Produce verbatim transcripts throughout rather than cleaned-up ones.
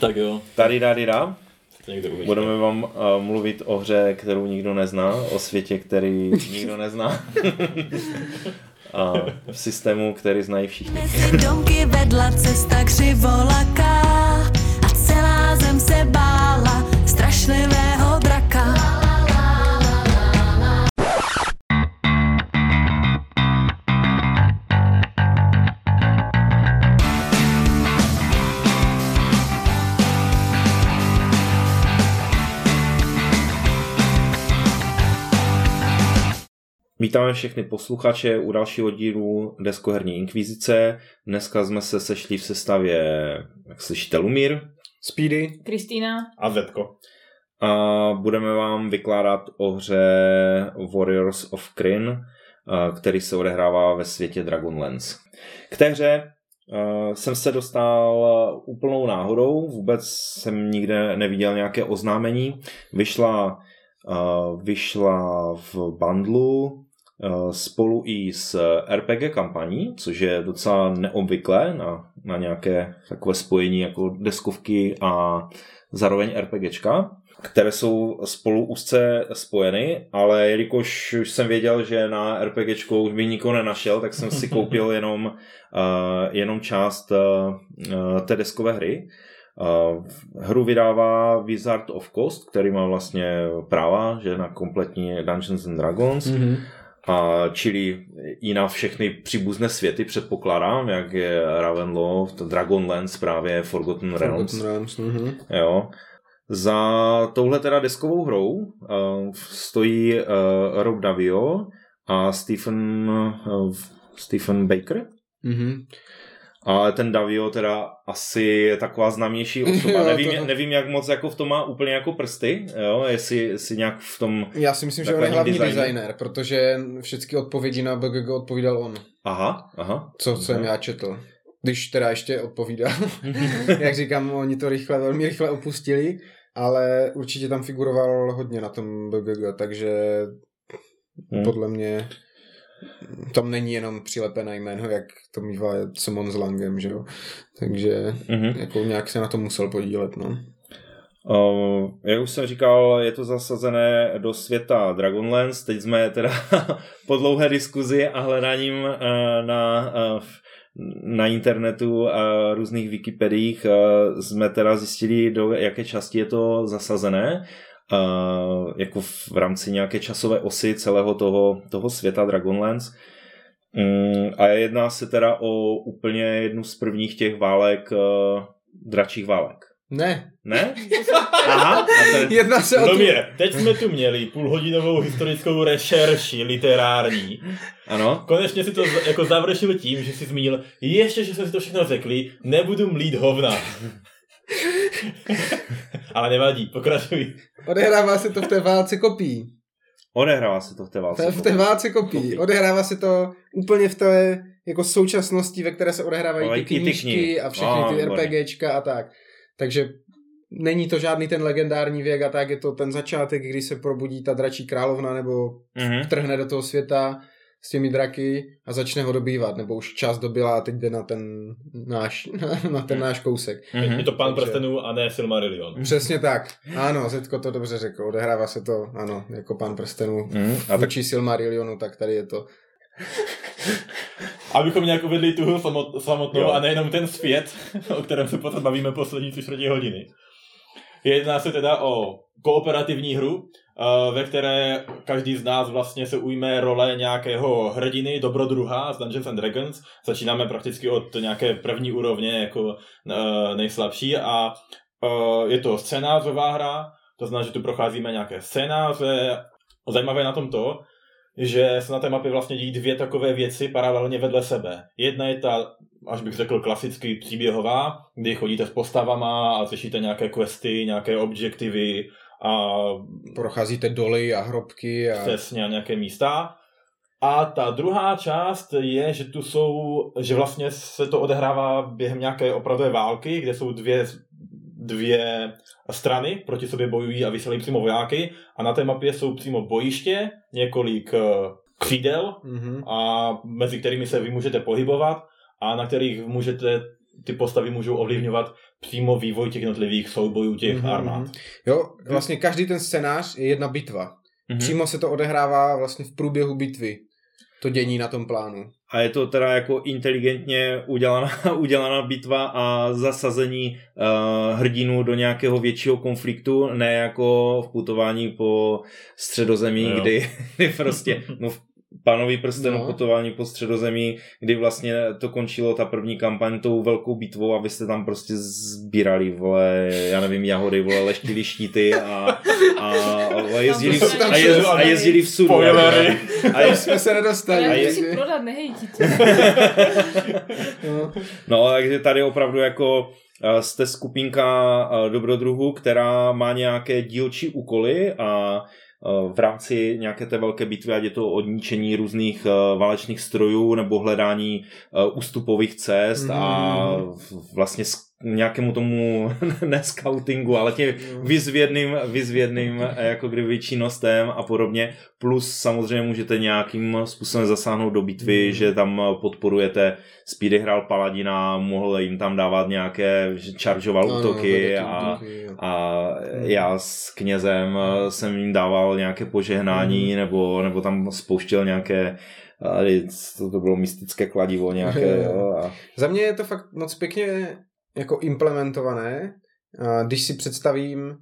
Tak jo. Tady dády dá. Budeme vám uh, mluvit o hře, kterou nikdo nezná, o světě, který nikdo nezná. A v systému, který znají všichni. Domky vedla cesta křivolaká a celá zem se bála strašlivého draka. Vítáme všechny posluchače u dalšího dílu Deskoherní inkvizice. Dneska jsme se sešli v sestavě, jak slyšíte, Lumír, Speedy, Kristýna a Zetko. A budeme vám vykládat o hře Warriors of Krynn, který se odehrává ve světě Dragonlance. K té hře jsem se dostal úplnou náhodou, vůbec jsem nikde neviděl nějaké oznámení. Vyšla, vyšla v bundlu spolu i s R P G kampaní, což je docela neobvyklé na, na nějaké takové spojení jako deskovky a zároveň RPGčka, které jsou spolu úzce spojeny, ale jelikož už jsem věděl, že na RPGčku už bych nikoho nenašel, tak jsem si koupil jenom, uh, jenom část uh, té deskové hry. Uh, hru vydává Wizard of Coast, který má vlastně práva, že na kompletní Dungeons and Dragons. Mm-hmm. A čili i na všechny příbuzné světy předpokládám, jak je Ravenloft, Dragonlance, právě Forgotten Realms. Forgotten Realms mm-hmm. Jo. Za touhle teda deskovou hrou uh, stojí uh, Rob Daviau a Stephen, uh, Stephen Baker. Mm-hmm. Ale ten Daviau teda asi je taková známější osoba. Jo, nevím, to... nevím, jak moc jako v tom má úplně jako prsty, jo? Jestli, jestli nějak v tom... Já si myslím, že on je hlavní design. designer, protože všechny odpovědi na B G G odpovídal on. Aha, aha. Co jsem aha. já četl. Když teda ještě odpovídal. Jak říkám, oni to rychle, velmi rychle opustili, ale určitě tam figuroval hodně na tom B G G, takže hmm. podle mě... Tam není jenom přilepené jméno, jak to mývá Simon s Langem, že jo. Takže mm-hmm. jako nějak se na to musel podílet, no. Uh, jak už jsem říkal, je to zasazené do světa Dragonlance. Teď jsme teda po dlouhé diskuzi a hledáním uh, na, uh, na internetu a různých Wikipediích uh, jsme teda zjistili, do jaké části je to zasazené. Uh, jako v rámci nějaké časové osy celého toho, toho světa Dragonlance. Um, a jedná se teda o úplně jednu z prvních těch válek, uh, dračích válek. Ne. Ne? Aha. Ten... Jedná se o tu... Dobře, teď jsme tu měli půlhodinovou historickou rešerši literární. Ano. Konečně si to jako završil tím, že si zmínil, ještě, že jsme si to všechno řekli, nebudu mlít hovna. Ale nevadí, pokračuj. Odehrává se to v té válce kopií. Odehrává se to v té válce kopií. V té válce kopií. Odehrává se to úplně v té jako současnosti, ve které se odehrávají no, ty knížky a všechny oh, ty RPGčka a tak. Takže není to žádný ten legendární věk a tak, je to ten začátek, kdy se probudí ta dračí královna nebo mm-hmm. vtrhne do toho světa s těmi draky a začne ho dobývat, nebo už čas dobila a teď jde na ten náš, na ten náš kousek. Mm-hmm. Je to Pán prstenů a ne Silmarillion. Přesně tak. Ano, Zetko to dobře řekl. Odehrává se to, ano, jako Pán prstenů mm, a vůči tak... Silmarillionu, tak tady je to. Abychom nějak uvedli tu hru samotnou jo. a nejenom ten svět, o kterém se potom bavíme poslední tři čtvrtě hodiny. Jedná se teda o kooperativní hru, ve které každý z nás vlastně se ujme role nějakého hrdiny, dobrodruha z Dungeons and Dragons. Začínáme prakticky od nějaké první úrovně jako nejslabší a je to scénářová hra, to znamená, že tu procházíme nějaké scénáře. Zajímavé na tom to, že se na té mapě vlastně dějí dvě takové věci paralelně vedle sebe. Jedna je ta, až bych řekl, klasicky příběhová, kdy chodíte s postavama a řešíte nějaké questy, nějaké objektivy a procházíte doly a hrobky a přesně nějaké místa. A ta druhá část je, že tu jsou, že vlastně se to odehrává během nějaké opravdové války, kde jsou dvě dvě strany proti sobě bojují a vysílají přímo vojáky a na té mapě jsou přímo bojiště, několik křídel mm-hmm. a mezi kterými se vy můžete pohybovat a na kterých můžete ty postavy můžou ovlivňovat přímo vývoj těch jednotlivých soubojů těch mm-hmm. armád. Jo, vlastně každý ten scénář je jedna bitva. Mm-hmm. Přímo se to odehrává vlastně v průběhu bitvy. To dění na tom plánu. A je to teda jako inteligentně udělaná, udělaná bitva a zasazení uh, hrdinů do nějakého většího konfliktu, ne jako v putování po Středozemí, no. kdy, kdy prostě, no v Pánovi prstenu no. putování po Středozemí, kdy vlastně to končilo ta první kampaň tou velkou bitvou a vy jste tam prostě sbírali, vole, já nevím, jahody, vole, leštili štíty a, a, a, jezdili, v, a, jez, a jezdili v sudu. A je, jsme se nedostali. Ale musí prodat, nehejtíte. no. no, takže tady opravdu jako jste skupinka dobrodruhů, která má nějaké dílčí úkoly a v rámci nějaké té velké bitvy, ať je to odničení různých uh, válečných strojů nebo hledání uh, ústupových cest mm. a vlastně s nějakému tomu ne scoutingu, ale těm vyzvědným, vyzvědným jako kdyby činnostem a podobně. Plus samozřejmě můžete nějakým způsobem zasáhnout do bitvy, mm. že tam podporujete. Speedy hrál paladina, mohl jim tam dávat nějaké, že čaržoval no, útoky no, a, útoky, a já s knězem jsem jim dával nějaké požehnání mm. nebo, nebo tam spouštěl nějaké to, to bylo mystické kladivo nějaké. Jo, a... Za mě je to fakt moc pěkně jako implementované. Když si představím,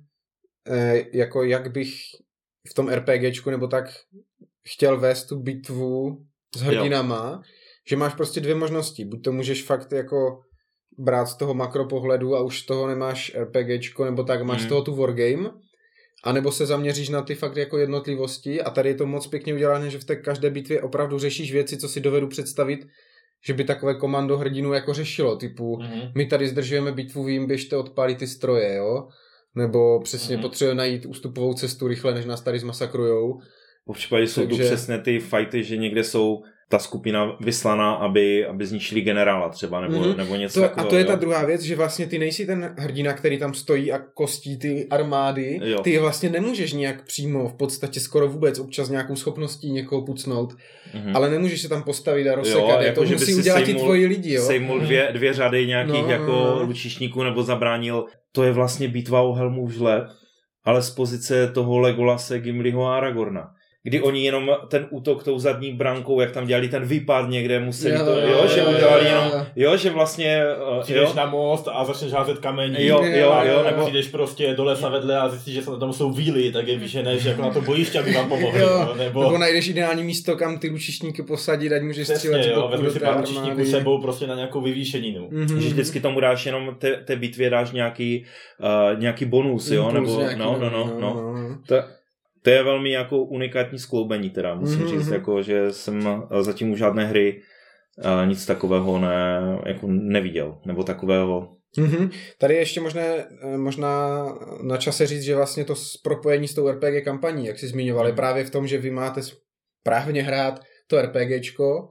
jako jak bych v tom RPGčku nebo tak chtěl vést tu bitvu s hrdinama, jo. že máš prostě dvě možnosti. Buď to můžeš fakt jako brát z toho makropohledu a už z toho nemáš RPGčko, nebo tak máš mm. z toho tu wargame, anebo se zaměříš na ty fakt jako jednotlivosti a tady je to moc pěkně udělané, že v té každé bitvě opravdu řešíš věci, co si dovedu představit, že by takové komando hrdinů jako řešilo, typu mm-hmm. my tady zdržujeme bitvu, vy jim běžte odpálit ty stroje, jo? Nebo přesně mm-hmm. potřebujeme najít ústupovou cestu rychle, než nás tady zmasakrujou. V případě jsou Takže... tu přesně ty fighty, že někde jsou ta skupina vyslaná, aby, aby zničili generála třeba, nebo, mm-hmm. nebo něco to, takového. A to je jo? ta druhá věc, že vlastně ty nejsi ten hrdina, který tam stojí a kostí ty armády. Jo. Ty vlastně nemůžeš nějak přímo, v podstatě skoro vůbec, občas nějakou schopností někoho pucnout, mm-hmm. ale nemůžeš se tam postavit a rozsekat. Jo, jako, to musí udělat ti tvoji lidi. Jo? Sejmul dvě, dvě řady nějakých no, jako no. lučišníků nebo zabránil. To je vlastně bitva o helmu žleb, ale z pozice toho Legolase, Gimliho a Aragorna. Kdy oni jenom ten útok tou zadní brankou, jak tam dělali ten výpad někde, museli jo, to, jo, jo, že udělali jo, jenom, jo, že vlastně... Přijdeš jo. na most a začneš házet kamení, jo, jo, a jo, nebo přijdeš prostě do lesa vedle a zjistíš, že tam jsou víly, tak je vyženeš jako na to bojiště, aby vám pomohli. Jo, nebo... nebo najdeš ideální místo, kam ty lučišníky posadit, ať můžeš střílet. Přesně, jo, vezmi si pár lučišníků sebou prostě na nějakou vyvýšeninu. Mm-hmm. Že vždycky tomu dáš jenom té, té bitvě dáš nějaký, uh, nějaký bonus, jo, Impuls nebo nějaký, no, no, no, no. no. no. To, To je velmi jako unikátní skloubení teda, musím mm-hmm. říct, jako, že jsem zatím u žádné hry uh, nic takového ne, jako neviděl, nebo takového. Mm-hmm. Tady je ještě možné, možná na čase říct, že vlastně to propojení s tou R P G kampaní, jak jsi zmiňoval, je mm-hmm. právě v tom, že vy máte správně hrát to RPGčko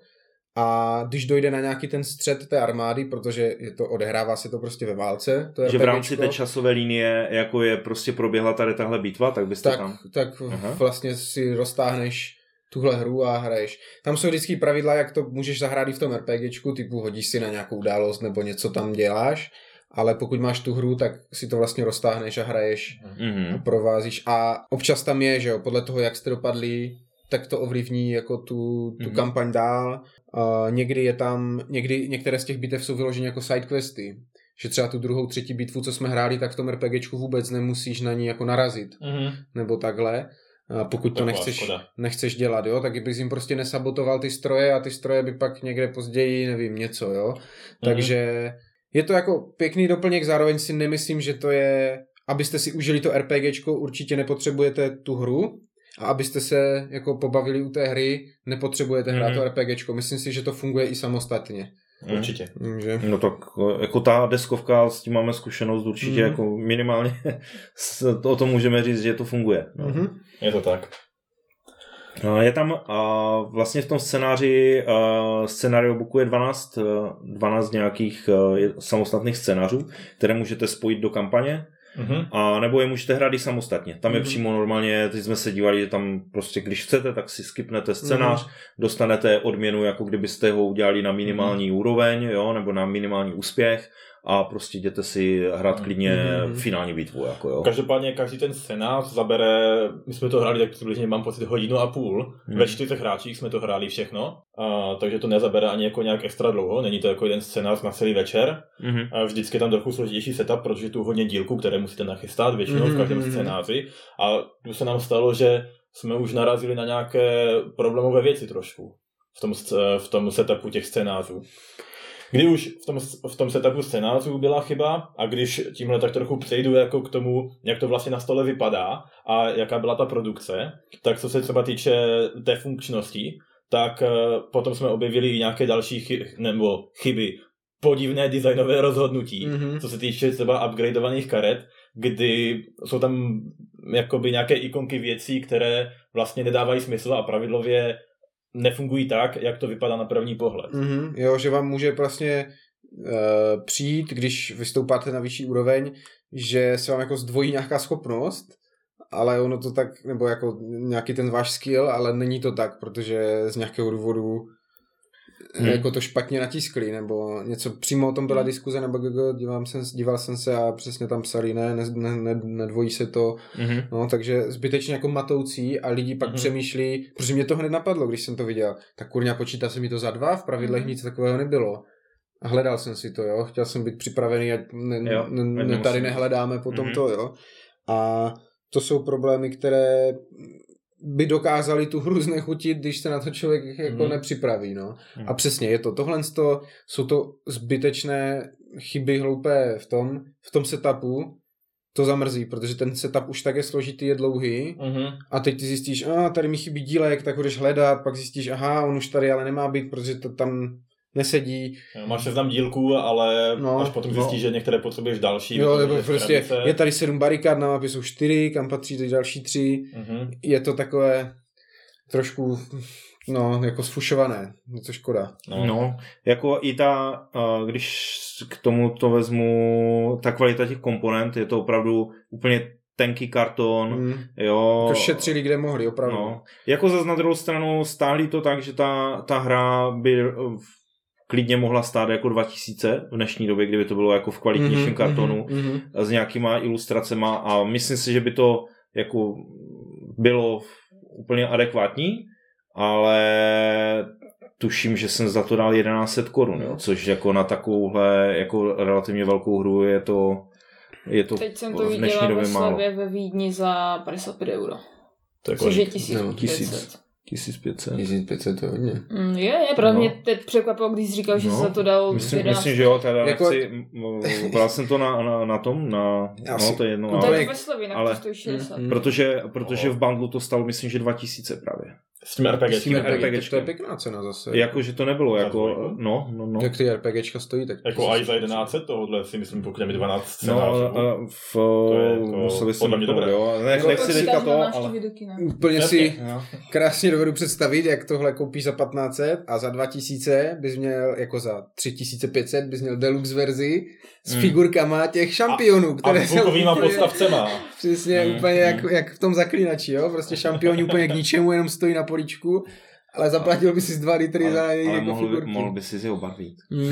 a když dojde na nějaký ten střet té armády, protože je to, odehrává se to prostě ve válce. To že v rámci té časové linie, jako je prostě proběhla tady tahle bitva, tak byste tak, tam... Tak Aha. vlastně si roztáhneš tuhle hru a hraješ. Tam jsou vždycky pravidla, jak to můžeš zahrát i v tom RPGčku, typu hodíš si na nějakou událost nebo něco tam děláš, ale pokud máš tu hru, tak si to vlastně roztáhneš a hraješ mm-hmm. a provázíš. A občas tam je, že jo, podle toho, jak jste dopadli, tak to ovlivní jako tu, tu mm-hmm. kampaň dál. Uh, někdy je tam, někdy některé z těch bitev jsou vyložené jako sidequesty. Že třeba tu druhou, třetí bitvu, co jsme hráli, tak v tom RPGčku vůbec nemusíš na ní jako narazit. Mm-hmm. Nebo takhle. Uh, pokud to, to nechceš, nechceš dělat, jo, tak bys jim prostě nesabotoval ty stroje a ty stroje by pak někde později, nevím, něco, jo. Mm-hmm. Takže je to jako pěkný doplněk, zároveň si nemyslím, že to je, abyste si užili to RPGčko, určitě nepotřebujete tu hru. A abyste se jako pobavili u té hry, nepotřebujete hrát mm-hmm. to RPGčko. Myslím si, že to funguje i samostatně. Určitě. Že? No tak jako ta deskovka, s tím máme zkušenost určitě, mm-hmm. jako minimálně o tom můžeme říct, že to funguje. No. Mm-hmm. Je to tak. Je tam uh, vlastně v tom scénáři uh, scénariobooku je dvanáct, dvanáct nějakých uh, samostatných scénářů, které můžete spojit do kampaně. mm-hmm. a nebo je můžete hrát i samostatně. Tam je mm-hmm. přímo normálně, teď jsme se dívali, že tam prostě když chcete, tak si skipnete scénář, mm-hmm. dostanete odměnu, jako kdybyste ho udělali na minimální mm-hmm. úroveň, jo, nebo na minimální úspěch a prostě jděte si hrát klidně mm-hmm. finální bitvu. Jako, jo. Každopádně každý ten scénář zabere, my jsme to hráli tak přibližně, mám pocit, hodinu a půl. Mm. Ve čtyřech hráčích jsme to hráli všechno, a, takže to nezabere ani jako nějak extra dlouho, není to jako jeden scénář na celý večer. Mm-hmm. A vždycky je tam trochu složitější setup, protože tu hodně dílků, které musíte nachystat většinou mm-hmm. v každém scénáři. A tu se nám stalo, že jsme už narazili na nějaké problémové věci trošku v tom, v tom setupu těch scénářů. Kdy už v tom, v tom setupu scénářů byla chyba a když tímhle tak trochu přejdu jako k tomu, jak to vlastně na stole vypadá a jaká byla ta produkce, tak co se třeba týče té funkčnosti, tak potom jsme objevili nějaké další chy- nebo chyby, podivné designové rozhodnutí, mm-hmm. co se týče třeba upgradeovaných karet, kdy jsou tam jakoby nějaké ikonky věcí, které vlastně nedávají smysl a pravidlově nefungují tak, jak to vypadá na první pohled. Mm-hmm, jo, že vám může vlastně uh, přijít, když vystoupáte na vyšší úroveň, že se vám jako zdvojí nějaká schopnost, ale ono to tak, nebo jako nějaký ten váš skill, ale není to tak, protože z nějakého důvodu hmm. jako to špatně natiskli, nebo něco, přímo o tom byla diskuze, nebo díval jsem, díval jsem se a přesně tam psali, ne, ne, ne nedvojí se to, mm-hmm. no, takže zbytečně jako matoucí a lidi pak mm-hmm. přemýšlí, protože mě to hned napadlo, když jsem to viděl, tak kurňa, počítá se mi to za dva, v pravidlech mm-hmm. nic takového nebylo. A hledal jsem si to, jo, chtěl jsem být připravený, ať ne, jo, ne, ne, tady nehledáme potom mm-hmm. to, jo. A to jsou problémy, které by dokázali tu hru znechutit, když se na to člověk jako mm. nepřipraví, no. Mm. A přesně je to. Tohle jsou to zbytečné chyby hloupé v tom, v tom setupu, to zamrzí, protože ten setup už tak je složitý, je dlouhý mm-hmm. a teď ty zjistíš, a tady mi chybí dílek, tak ho jdeš hledat, pak zjistíš, aha, on už tady ale nemá být, protože to tam nesedí. Máš seznam dílků, ale no, až potom zjistíš, no. že některé potřebuješ další. Jo, nebo prostě je tady sedm barikád, na mapě jsou čtyři, kam patří ty další tři. Mm-hmm. Je to takové trošku no, jako sfušované. Je to škoda. No, no jako i ta, když k tomu to vezmu, ta kvalita těch komponent, je to opravdu úplně tenký karton, mm. jo. Jako šetřili, kde mohli, opravdu. No. Jako zase na druhou stranu stáhli to tak, že ta, ta hra by klidně mohla stát jako dva tisíce v dnešní době, kdyby to bylo jako v kvalitnějším mm-hmm, kartonu mm-hmm. s nějakýma ilustracema a myslím si, že by to jako bylo úplně adekvátní, ale tuším, že jsem za to dal jedenáct set korun, jo, což jako na takovouhle jako relativně velkou hru je to je to teď jsem to viděla ve Slavě ve Vídni za padesát pět euro. Což je tisíc pět set. tisíc pět set. tisíc pět set to je hodně. Mm, je, je, protože no. mě teď překvapilo, když jsi říkal, no. že jsi za to dal myslím, jedenáct. Myslím, že jo, teda jako... nechci, bral jsem to na, na, na tom, na, no to je jedno. No, ale, ve Slavě, ale, to stojí šedesát. Mm, protože, protože v bundlu to stalo, myslím, že dva tisíce právě. S tím RPGčkem. S tím RPGčkem. To je pěkná cena zase. Jako, že to nebylo, jako, no, no, no. Jak ty RPGčka stojí, tak... Jako i za jedenáct set tohle si myslím, pokud je mi dvanáct scénářů. No, v... museli jsem to dobré, jo. Nechci teďka to, ale... Úplně si krásně dovedu představit, jak tohle koupíš za patnáct set a za dva tisíce bys měl, jako za tři tisíce pět set bys měl deluxe verzi s figurkama těch šampionů, které jsou... A zvukovýma podstavcema. Přesně, úplně jak v tom Zaklínači, jo. Prostě šampioni úplně k ničemu, jenom stojí na políčku, ale zaplatil by si dva litry ale, za její jako figurky. By, mohl by si si obarvit. Mm.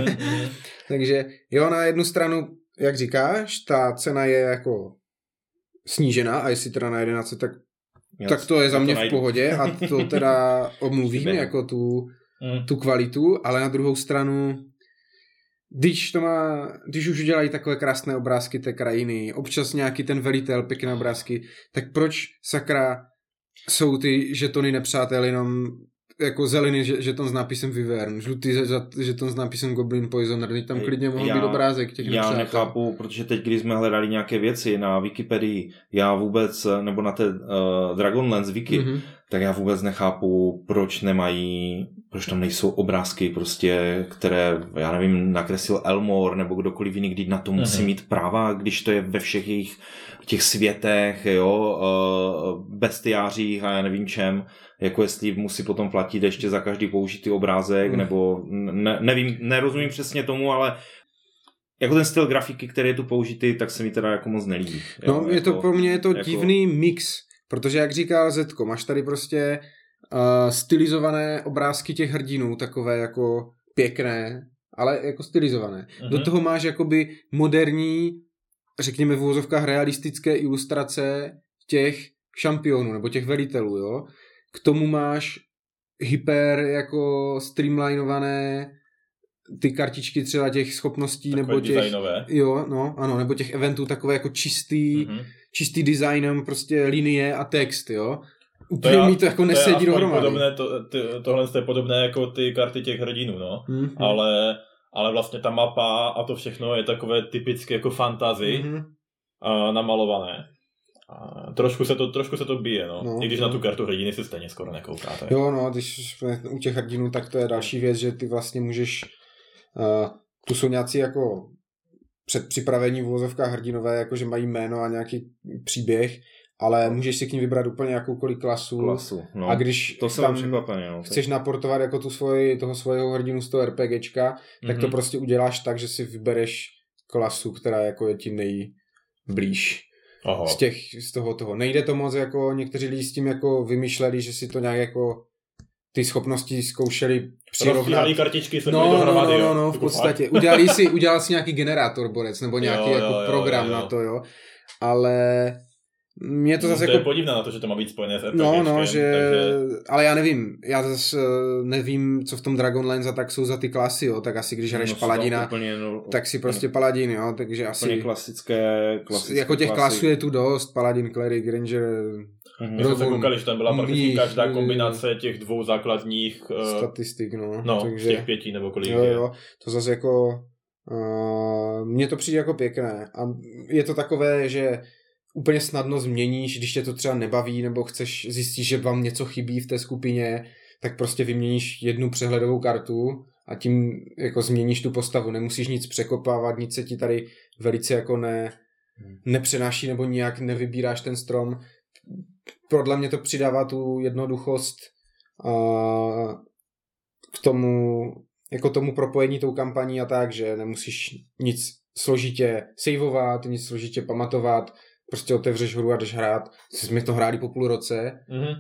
Takže jo, na jednu stranu, jak říkáš, ta cena je jako snížená a jestli teda na jedenáct, tak, Jas, tak to je za mě to v pohodě a to teda omluvím jako tu, mm. tu kvalitu, ale na druhou stranu Když to má, když už udělají takové krásné obrázky té krajiny, občas nějaký ten velitel, pěkné obrázky, tak proč sakra jsou ty žetony nepřátel jenom jako zelený žeton s nápisem Wyvern, žlutý žeton s nápisem Goblin Poisoner, teď tam klidně mohl být obrázek těch nepřátel. Já nechápu, protože teď, když jsme hledali nějaké věci na Wikipedii, já vůbec, nebo na té uh, Dragonlance wiki, mm-hmm. tak já vůbec nechápu, proč nemají, proč tam nejsou obrázky prostě, které, já nevím, nakreslil Elmore nebo kdokoliv jiný, kdy na to musí mm-hmm. mít práva, když to je ve všech jejich těch světech, jo, uh, bestiářích a já nevím čem, jako jestli musí potom platit ještě za každý použitý obrázek, mm. nebo ne, nevím, nerozumím přesně tomu, ale jako ten styl grafiky, který je tu použitý, tak se mi teda jako moc nelíbí. No, jo, je jako, to pro mě je to jako... divný mix, protože jak říkal Zetko, máš tady prostě uh, stylizované obrázky těch hrdinů, takové jako pěkné, ale jako stylizované. Mm-hmm. Do toho máš jakoby moderní, řekněme v uvozovkách realistické ilustrace těch šampionů nebo těch velitelů, jo. K tomu máš hyper jako streamlinované ty kartičky třeba těch schopností takové nebo těch designové. Jo, no, ano, nebo těch eventů takové jako čistý, mm-hmm. čistý designem, prostě linie a text, jo. Úplně to mi to jako nesedí dohromady. Podobné, to, ty, tohle je podobné jako ty karty těch hrdinů, no. Mm-hmm. Ale, ale vlastně ta mapa a to všechno je takové typické jako fantasy mm-hmm. a namalované. A trošku se to, trošku se to bije, no. no I když no. na tu kartu hrdiny si stejně skoro nekoukáte. Jo, no, když u těch hrdinů, tak to je další věc, že ty vlastně můžeš uh, tu jsou nějací jako předpřipravení v uvozovkách hrdinové, jako že mají jméno a nějaký příběh, ale můžeš si k ní vybrat úplně jakoukoliv klasu. klasu no. A když to tam no. chceš naportovat jako tu svoji, toho svého hrdinu z toho RPGčka, tak mm-hmm. to prostě uděláš tak, že si vybereš klasu, která jako je ti nejblíž. Aha. Z těch, z toho toho. Nejde to moc jako, někteří lidi s tím jako vymýšleli, že si to nějak jako ty schopnosti zkoušeli přirovnat. Rozpínali kartičky, se no, dohromady, no, no, no, no, v podstatě. Udělali si, udělal si nějaký generátor borec, nebo nějaký jo, jako jo, program jo, jo. na to, jo. Ale mě to zase to jako... je podivné na to, že to má být spojené s RPGčkem. No, no, že... takže... Ale já nevím, já zase nevím, co v tom Dragonlance a tak jsou za ty klasy, jo, tak asi když hraješ no, paladina, úplně, no, tak si prostě no, paladin, jo, takže asi... Úplně klasické, klasické jako těch klasů je tu dost, paladin, cleric, ranger... My jsme se koukali, že tam byla prakticky každá kombinace těch dvou základních... Statistik, no. No, takže... z těch pěti nebo kolik jo, jo, to zase jako... Uh, mně to přijde jako pěkné a je to takové, že úplně snadno změníš, když tě to třeba nebaví nebo chceš zjistit, že vám něco chybí v té skupině, tak prostě vyměníš jednu přehledovou kartu a tím jako změníš tu postavu. Nemusíš nic překopávat, nic se ti tady velice jako ne, nepřenáší nebo nijak nevybíráš ten strom. Podle mě to přidává tu jednoduchost a k tomu jako tomu propojení tou kampaní a tak, že nemusíš nic složitě saveovat, nic složitě pamatovat, prostě otevřeš hru a jdeš hrát. Jsme to hráli po půl roce mm-hmm.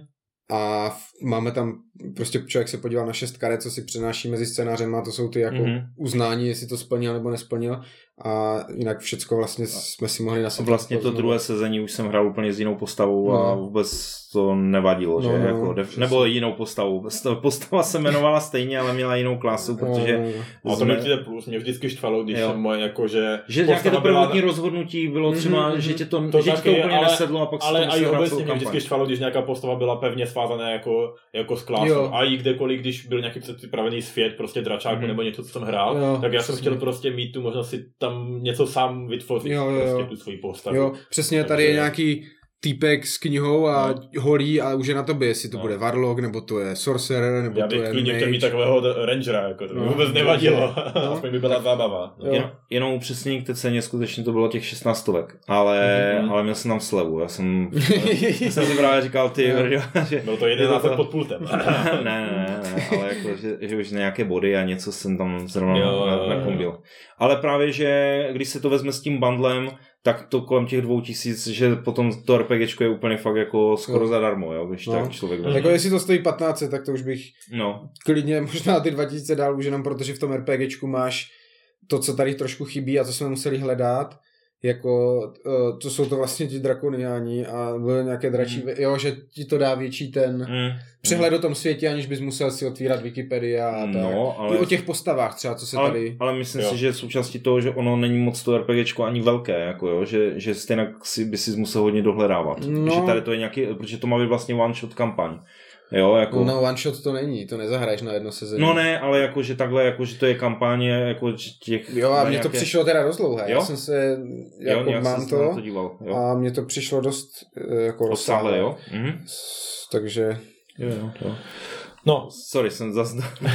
a máme tam, prostě člověk se podíval na šest karet, co si přenáší mezi scénářem a to jsou ty jako mm-hmm. uznání, jestli to splnil nebo nesplnil a jinak všecko vlastně jsme si mohli nasadit. Vlastně to druhé sezení už jsem hrál úplně s jinou postavou no. a vůbec to nevadilo, no, že? No, jako def- nebo jinou postavou. Postava se jmenovala stejně, ale měla jinou klasu, protože... No, no, no. A to mi přijde plus, mě vždycky štvalo, když jo. jsem moje jako, že... Že nějaké to prvotní byla... rozhodnutí bylo třeba, mm-hmm. že tě to, to, že taky, to úplně ale, nesedlo a pak ale se to obecně mě vždycky štvalo, když nějaká postava byla pevně svázaná jako, jako s klasou. A i kdekoliv, když byl nějaký předpřipravený svět, prostě dračáku mm-hmm. nebo něco, co jsem hrál, jo, tak já jsem chtěl prostě mít tu možnost si tam něco sám vytvořit, jo, jo, prostě tu svoji postavu. Jo, přesně, tady je nějaký týpek s knihou a no. holí a už je na tobě, jestli to no. bude Warlock, nebo to je Sorcerer, nebo já to je Já bych klidně chtěl mít takového Rangera, jako to no. vůbec nevadilo, no. aspoň by byla zábava. No. Jen, jenom upřesnění k té ceně, skutečně to bylo těch šestnáct stovek, ale, mm-hmm. ale měl jsem tam slevu, já jsem, já jsem si právě říkal, ty, no. že... Bylo to jedenáct to... pod pultem. ne, ne, ne, ale jako, že, že už nějaké body a něco jsem tam zrovna nakombil. Ale právě, že když se to vezme s tím bundlem, tak to kolem těch dvou tisíc, že potom to RPGčko je úplně fakt jako skoro no. zadarmo, jo, když no. tak člověk vezme. Jako jestli to stojí patnáct, tak to už bych no. klidně možná ty dva tisíce dál už jenom protože v tom RPGčku máš to, co tady trošku chybí a co jsme museli hledat, jako to jsou to vlastně ti drakoniáni a byly nějaké dračí, mm. jo, že ti to dá větší ten mm. přehled o tom světě, aniž bys musel si otvírat Wikipedii a tak. No, ale... I o těch postavách třeba, co se ale, tady... Ale myslím jo. si, že součástí toho, že ono není moc to RPGčko ani velké, jako jo, že, že stejně si by si musel hodně dohledávat. No. Že tady to je nějaký, protože to má být vlastně one shot kampaň. Jo, jako... No one shot to není, to nezahraješ na jedno sezení. No ne, ale jako, že takhle, jako, že to je kampaně, jako těch... Jo, a mně nějaké... to přišlo teda dost dlouhé, já jsem se, jako jo, mám to, to díval, jo. A mně to přišlo dost jako rozsáhlé, jo. Mhm. Takže... Jo, jo, jo. No, sorry, jsem zase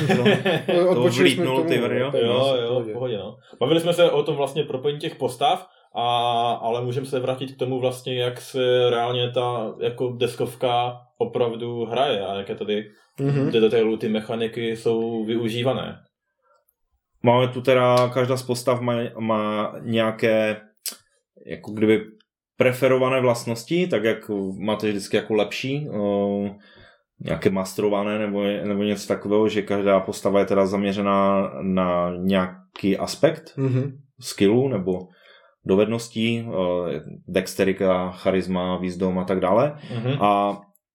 to, to vlítnul, ty jo. Jo, jo, v pohodě, no. Bavili jsme se o tom vlastně propojení těch postav, a, ale můžeme se vrátit k tomu vlastně, jak se reálně ta jako deskovka opravdu hraje a jaké tady mm-hmm. ty detailu, ty mechaniky jsou využívané. máme tu teda, každá z postav má, má nějaké jako kdyby preferované vlastnosti, tak jak máte vždycky jako lepší, uh, nějaké masterované nebo, nebo něco takového, že každá postava je teda zaměřená na nějaký aspekt mm-hmm. skillu nebo dovedností, uh, dexterika, charisma, wisdom a tak dále. Mm-hmm. A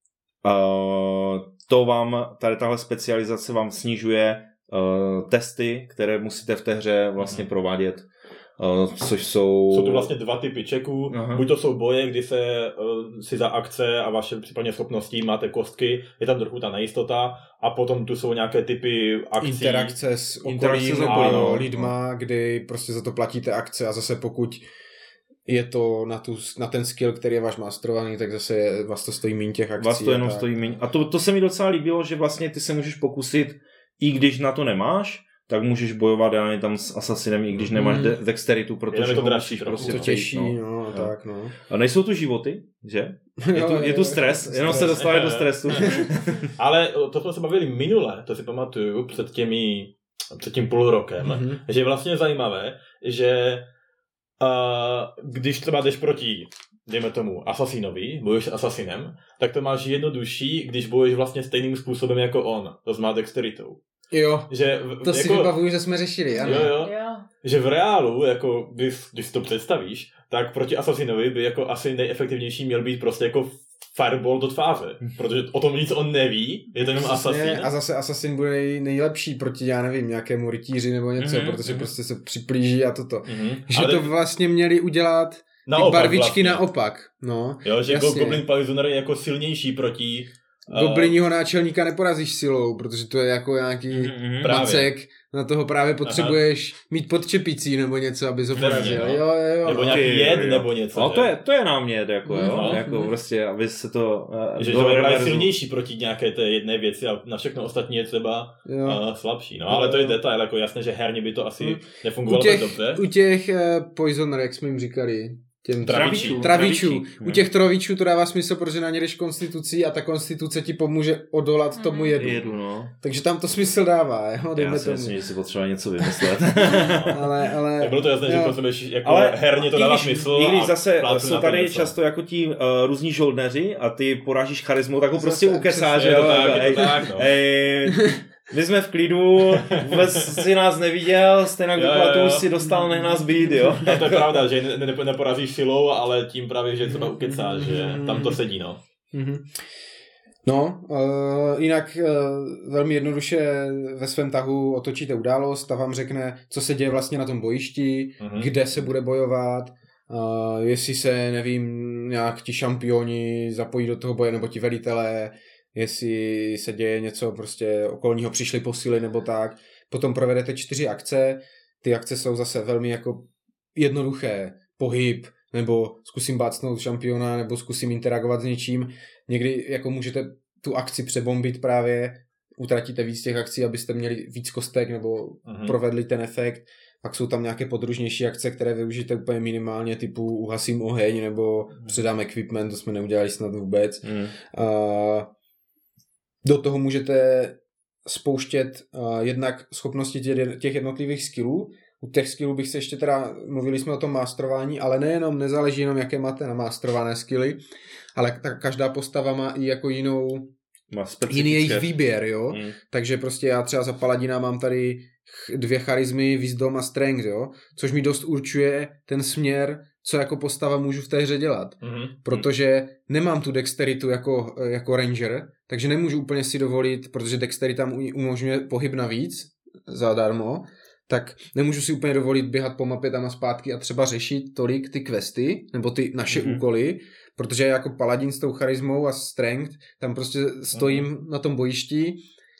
uh, to vám, tady tahle specializace vám snižuje uh, testy, které musíte v té hře vlastně mm-hmm. provádět. Uh, což jsou... Jsou to vlastně dva typy čeků. Aha. Buď to jsou boje, kdy se uh, si za akce a vaše případně schopností máte kostky, je tam trochu ta nejistota a potom tu jsou nějaké typy akcí. Interakce s okolím a lidma, kdy prostě za to platíte akce a zase pokud je to na, tu, na ten skill, který je váš masterovaný, tak zase je, vás to stojí míň těch akcí. Vás to jenom stojí míň. A to, to se mi docela líbilo, že vlastně ty se můžeš pokusit, i když na to nemáš, tak můžeš bojovat já nevím, tam s asasinem, i když nemáš de- dexteritu, protože to dražší, prostě to těžší, no, no, no, tak no. A nejsou tu životy, že? Je tu, je tu stres, je, jenom stres. Se dostávají do stresu. Ale to jsme se bavili minule, to si pamatuju, před těmi, před tím půl rokem, mm-hmm. že je vlastně zajímavé, že uh, když třeba jdeš proti, dejme tomu, asasinovi, bojuješ s asasinem, tak to máš jednodušší, když bojuješ vlastně stejným způsobem jako on, to znamená dexteritou. Jo, že, to si jako, vybavuju, že jsme řešili, ano. Jo, jo, jo. Že v reálu, jako, když, když si to představíš, tak proti asasinovi by jako asi nejefektivnější měl být prostě jako fireball do tváře, protože o tom nic on neví, je to jenom asasin. A zase asasin bude nej, nejlepší proti, já nevím, nějakému rytíři nebo něco, mm-hmm, protože mm-hmm. prostě se připlíží a toto. Mm-hmm. Že ale to vlastně měli udělat ty barvičky vlastně. Naopak. No, jo, že jasně. Goblin Poisoner je jako silnější proti... Goblinního náčelníka neporazíš silou, protože to je jako nějaký mm-hmm, macek, na toho právě potřebuješ Aha. mít pod čepicí nebo něco, aby ho porazil. No. Jo, jo, jo. Nebo nějaký jed nebo něco. No, to je, to je námět, jako, mm-hmm. jo. Jako mm-hmm. prostě, aby se to... Uh, že to je silnější proti nějaké té jedné věci a na všechno ostatní je třeba uh, slabší. No, ale to je detail, jako jasné, že herně by to asi mm. nefungovalo tak dobře. U těch uh, Poisoner, jak jsme jim říkali, těm travičů. travičů. U těch travičů to dává smysl, protože na ně jdeš konstitucí a ta konstituce ti pomůže odolat tomu jedu. jedu no. Takže tam to smysl dává. Jo? Dejme Já si myslím, že si potřeba něco vymyslet. ale, ale, tak bylo to jasné, jo. že potřebuješ jako ale herně to dává smysl. I když zase jsou tady něco. Často jako ti uh, různí žoldnéři a ty porážíš charismu, tak ho prostě ukecáš. Je to tak, je to tak, no. My jsme v klidu, vůbec si nás neviděl, stejně výplatu už si dostal, nech nás být, jo. A to je pravda, že ne, ne, neporazíš silou, ale tím právě, že třeba ukecáš, že tam to sedí, no. No, uh, jinak uh, velmi jednoduše ve svém tahu otočíte událost, ta vám řekne, co se děje vlastně na tom bojišti, mm-hmm. kde se bude bojovat, uh, jestli se, nevím, nějak ti šampioni zapojí do toho boje, nebo ti velitelé, jestli se děje něco prostě okolního, přišly posily nebo tak. Potom provedete čtyři akce, ty akce jsou zase velmi jako jednoduché, pohyb, nebo zkusím bácnout šampiona, nebo zkusím interagovat s něčím. Někdy jako můžete tu akci přebombit právě, utratíte víc těch akcí, abyste měli víc kostek, nebo uh-huh. provedli ten efekt. Pak jsou tam nějaké podružnější akce, které využijete úplně minimálně, typu uhasím oheň, nebo uh-huh. předám equipment, to jsme neudělali snad vůbec. Uh-huh. Uh, Do toho můžete spouštět uh, jednak schopnosti těch jednotlivých skillů. U těch skillů bych se ještě teda, mluvili jsme o tom masterování, ale nejenom, nezáleží jenom, jaké máte na masterované skilly, ale ta, každá postava má i jako jinou, jiný jejich výběr, jo. Mm. Takže prostě já třeba za paladina mám tady dvě charizmy, wisdom a strength, jo, což mi dost určuje ten směr, co jako postava můžu v té hře dělat. Mm-hmm. Protože nemám tu dexteritu jako, jako ranger, takže nemůžu úplně si dovolit, protože dexterita umožňuje pohyb navíc zadarmo, tak nemůžu si úplně dovolit běhat po mapě tam a zpátky a třeba řešit tolik ty questy, nebo ty naše mm-hmm. úkoly, protože jako paladin s tou charismou a strength, tam prostě stojím mm-hmm. na tom bojišti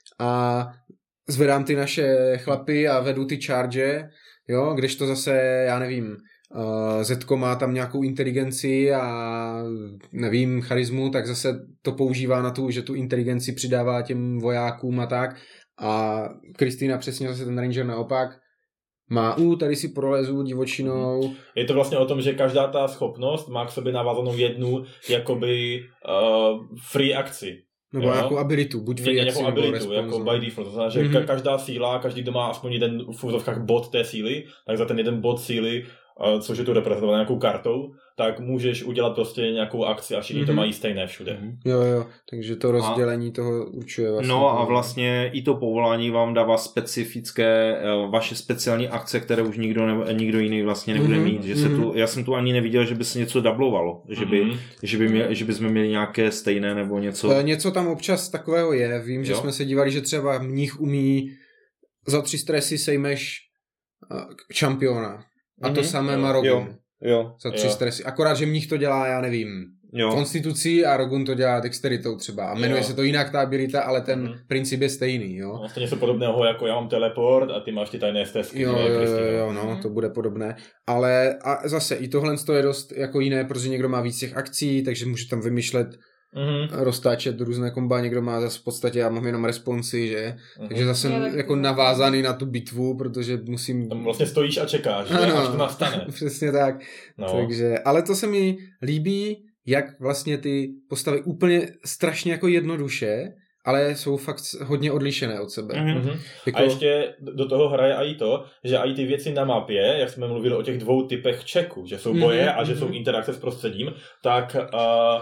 a zvedám ty naše chlapy a vedu ty charge, jo, kdežto zase, já nevím, uh, Zetko má tam nějakou inteligenci a nevím, charismu, tak zase to používá na tu, že tu inteligenci přidává těm vojákům a tak. A Kristýna přesně zase ten ranger naopak má, u, tady si prolezu divočinou. Je to vlastně o tom, že každá ta schopnost má k sobě navázanou jednu jakoby uh, free akci. Nebo jo. nějakou abilitu, buď free nějakou abilitu, jako by default. To znamená, že mm-hmm. každá síla, každý, kdo má aspoň jeden v úzovkách bod té síly, tak za ten jeden bod síly, což je tu reprezentované nějakou kartou, tak můžeš udělat prostě nějakou akci a všichni mm-hmm. to mají stejné všude. Mm-hmm. Jo, jo, takže to rozdělení a... toho určuje vlastně. No a vlastně i to povolání vám dává specifické, vaše speciální akce, které už nikdo, ne, nikdo jiný vlastně nebude mm-hmm. mít. Že se mm-hmm. tu, já jsem tu ani neviděl, že by se něco dublovalo, že by, mm-hmm. že by, mě, že by jsme měli nějaké stejné nebo něco. To něco tam občas takového je, vím, že jo? Jsme se dívali, že třeba mních umí za tři stresy sejmeš čampiona. A to mm-hmm. samé má Rogun. Jo, jo, za tři jo. stresy. Akorát, že mních to dělá, já nevím, jo. konstitucí a Rogun to dělá dexteritou třeba. A jmenuje jo. se to jinak ta abilita, ale ten mm-hmm. princip je stejný, jo. No, stejně něco podobného, jako já mám teleport a ty máš ty tajné stresky. Jo, jo, jo, jo, no, mm-hmm. to bude podobné. Ale a zase i tohle je dost jako jiné, protože někdo má víc těch akcí, takže může tam vymýšlet Mm-hmm. roztáčet různé komba, někdo má zase v podstatě, já mám jenom responsy, že? Mm-hmm. Takže zase jsem jako navázaný na tu bitvu, protože musím... Tam vlastně stojíš a čekáš, ano, až to nastane. Přesně tak. No. Takže, ale to se mi líbí, jak vlastně ty postavy úplně strašně jako jednoduše, ale jsou fakt hodně odlišené od sebe. Mm-hmm. Jako... A ještě do toho hraje i to, že i ty věci na mapě, jak jsme mluvili o těch dvou typech čeku, že jsou boje mm-hmm. a že jsou interakce s prostředím, tak... Uh,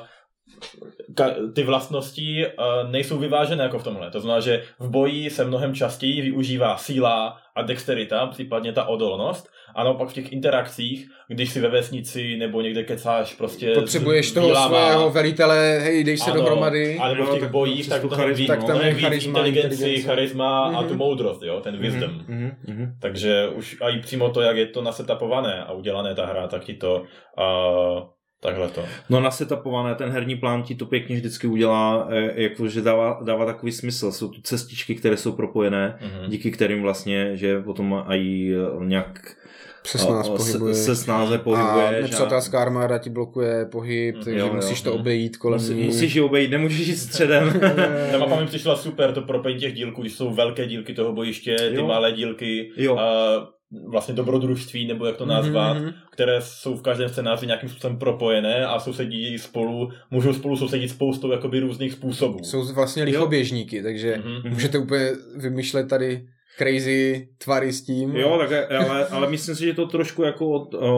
ty vlastnosti uh, nejsou vyvážené jako v tomhle. To znamená, že v boji se mnohem častěji využívá síla a dexterita, případně ta odolnost. A naopak v těch interakcích, když si ve vesnici nebo někde kecáš prostě... Potřebuješ toho výlama, svého velitele, hej, dej se ano, dohromady. A nebo v těch no, bojích, tak, tak, charisma, tak tam je charisma, inteligenci, charisma mm-hmm. a tu moudrost, jo, ten wisdom. Mm-hmm. Mm-hmm. Takže už i přímo to, jak je to nasetapované a udělané ta hra, tak ti to... Uh, Takhle to. No nasetapované, ten herní plán ti to pěkně vždycky udělá, jakože dává, dává takový smysl. Jsou tu cestičky, které jsou propojené, mm-hmm. díky kterým vlastně, že potom i nějak se snáz pohybuje. Se snáze pohybuje. A nepřátelská armáda ti blokuje pohyb, takže jo, musíš jo. to obejít kolem Musí, Musíš ji obejít, nemůžeš jít středem. Ta mapa mi přišla super, to propojení těch dílků, když jsou velké dílky toho bojiště, ty jo. malé dílky. Jo. A vlastně dobrodružství, nebo jak to nazvat, mm-hmm. které jsou v každém scénáři nějakým způsobem propojené a sousedí spolu, můžou spolu sousedit spoustou jakoby různých způsobů. Jsou vlastně lichoběžníky, takže mm-hmm. můžete úplně vymýšlet tady crazy tvary s tím. Jo, tak, ale, ale myslím si, že to trošku jako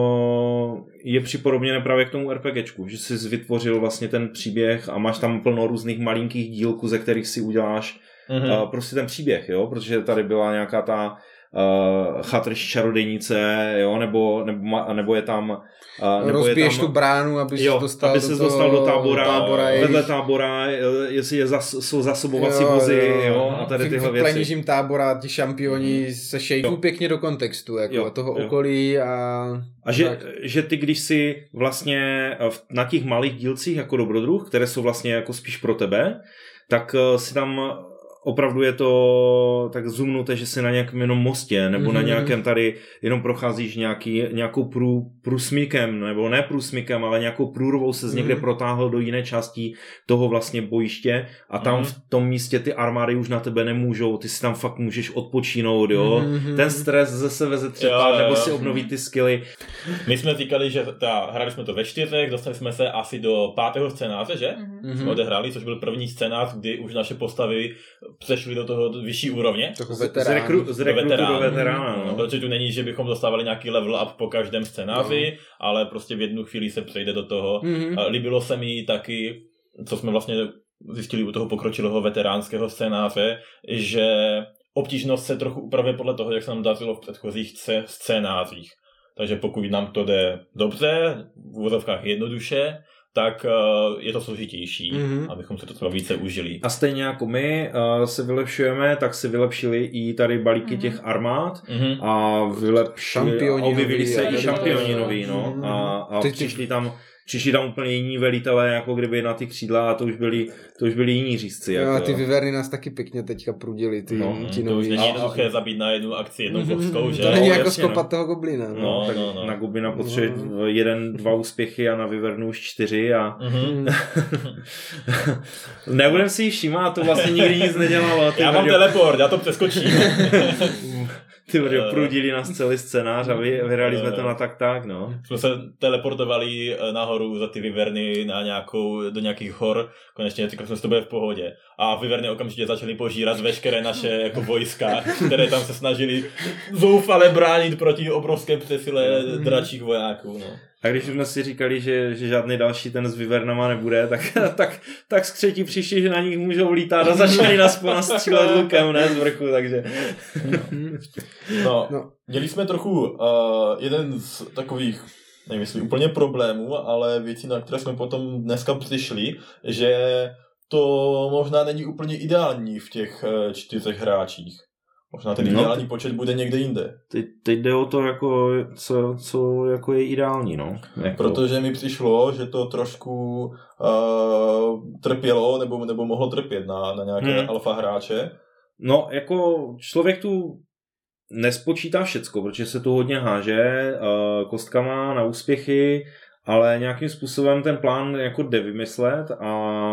uh, je připodobněné právě k tomu RPGčku, že jsi vytvořil vlastně ten příběh a máš tam plno různých malinkých dílků, ze kterých si uděláš mm-hmm. uh, prostě ten příběh, jo, protože tady byla nějaká ta Uh, chatrč čarodejnice, jo, nebo, nebo, nebo je tam uh, nebo rozbiješ je tam, tu bránu, aby jo, dostal, aby do ses dostal do tábora, do tábora vedle tábora, jestli je zas, jsou zasobovací jo, vozy, jo, jo, a tady tyhle věci. Vypleníš jim tábora, ti šampioni hmm. se šejkou pěkně do kontextu, jako jo, toho jo. okolí a... A že, že ty, když si vlastně na těch malých dílcích jako dobrodruh, které jsou vlastně jako spíš pro tebe, tak si tam opravdu je to tak zoomnuté, že si na nějakém jenom mostě, nebo mm-hmm. na nějakém tady jenom procházíš nějaký, nějakou prů, průsmykem, nebo ne průsmykem, ale nějakou průrvou se z někde mm-hmm. protáhl do jiné části toho vlastně bojiště a tam mm-hmm. v tom místě ty armády už na tebe nemůžou, ty si tam fakt můžeš odpočínout, jo. Mm-hmm. Ten stres ze sebe zetřepat, nebo si obnovit ty skilly. My jsme říkali, že ta, hráli jsme to ve čtyřech, dostali jsme se asi do pátého scénáře, že? Mm-hmm. Jsme odehráli, což byl první scénář, kdy už naše postavy přešli do toho vyšší úrovně. Z, rekru, z rekrutu do, do veterána. No. No, protože tu není, že bychom dostávali nějaký level up po každém scénáři, no. ale prostě v jednu chvíli se přejde do toho. Mm-hmm. Líbilo se mi taky, co jsme vlastně zjistili u toho pokročilého veteránského scénáře, že obtížnost se trochu upravuje podle toho, jak se nám dařilo v předchozích scénářích. Takže pokud nám to jde dobře, v úvozovkách jednoduše, tak uh, je to složitější, mm-hmm. abychom se to třeba více užili. A stejně jako my uh, se vylepšujeme, tak se vylepšili i tady balíky mm-hmm. těch armád mm-hmm. a vylepšili, a objevili se i šampioni noví, no. Mm-hmm. A, a ty, přišli tam Přišli tam úplně jiní velitelé, jako kdyby na ty křídla a to už byli, to už byli jiní řízci. Jo, jako, a ty vyverny nás taky pěkně teďka prudili. Ty, no, ty to už není jednoduché zabít na jednu akci jednou vlhskou, že? To není no, jako skopat no. toho goblina. No, no, tak no, no. Na goblina potřebuje no. jeden, dva úspěchy a na vyvernu už čtyři a... Mm-hmm. Nebudem si ji všímat, to vlastně nikdy nic nedělalo. Já mám teleport, já to přeskočím. Ty uh, prudili nás celý scénář a vy, vyhrali uh, jsme to na tak tak, no. Jsme se teleportovali nahoru za ty Vyverny na nějakou, do nějakých hor, konečně říkali jsme, že to bude v pohodě. A Vyverny okamžitě začali požírat veškeré naše jako vojska, které tam se snažili zoufale bránit proti obrovské přesile dračích vojáků, no. A když jsme si říkali, že, že žádný další ten s Vyvernama nebude, tak, tak, tak skřeti přišli, že na nich můžou lítat a začali nás ponastřílet lukem, ne z vrchu, takže... No, no. Měli jsme trochu uh, jeden z takových, nevím jestli úplně problémů, ale věcí, na které jsme potom dneska přišli, že to možná není úplně ideální v těch uh, čtyřech hráčích. Možná ten no, ideální počet bude někde jinde. Teď, teď jde o to, jako, co, co jako je ideální, no. Jako... Protože mi přišlo, že to trošku uh, trpělo, nebo, nebo mohlo trpět na, na nějaké hmm. alfa hráče. No, jako člověk tu nespočítá všecko, protože se tu hodně háže uh, kostkama na úspěchy, ale nějakým způsobem ten plán jako jde vymyslet a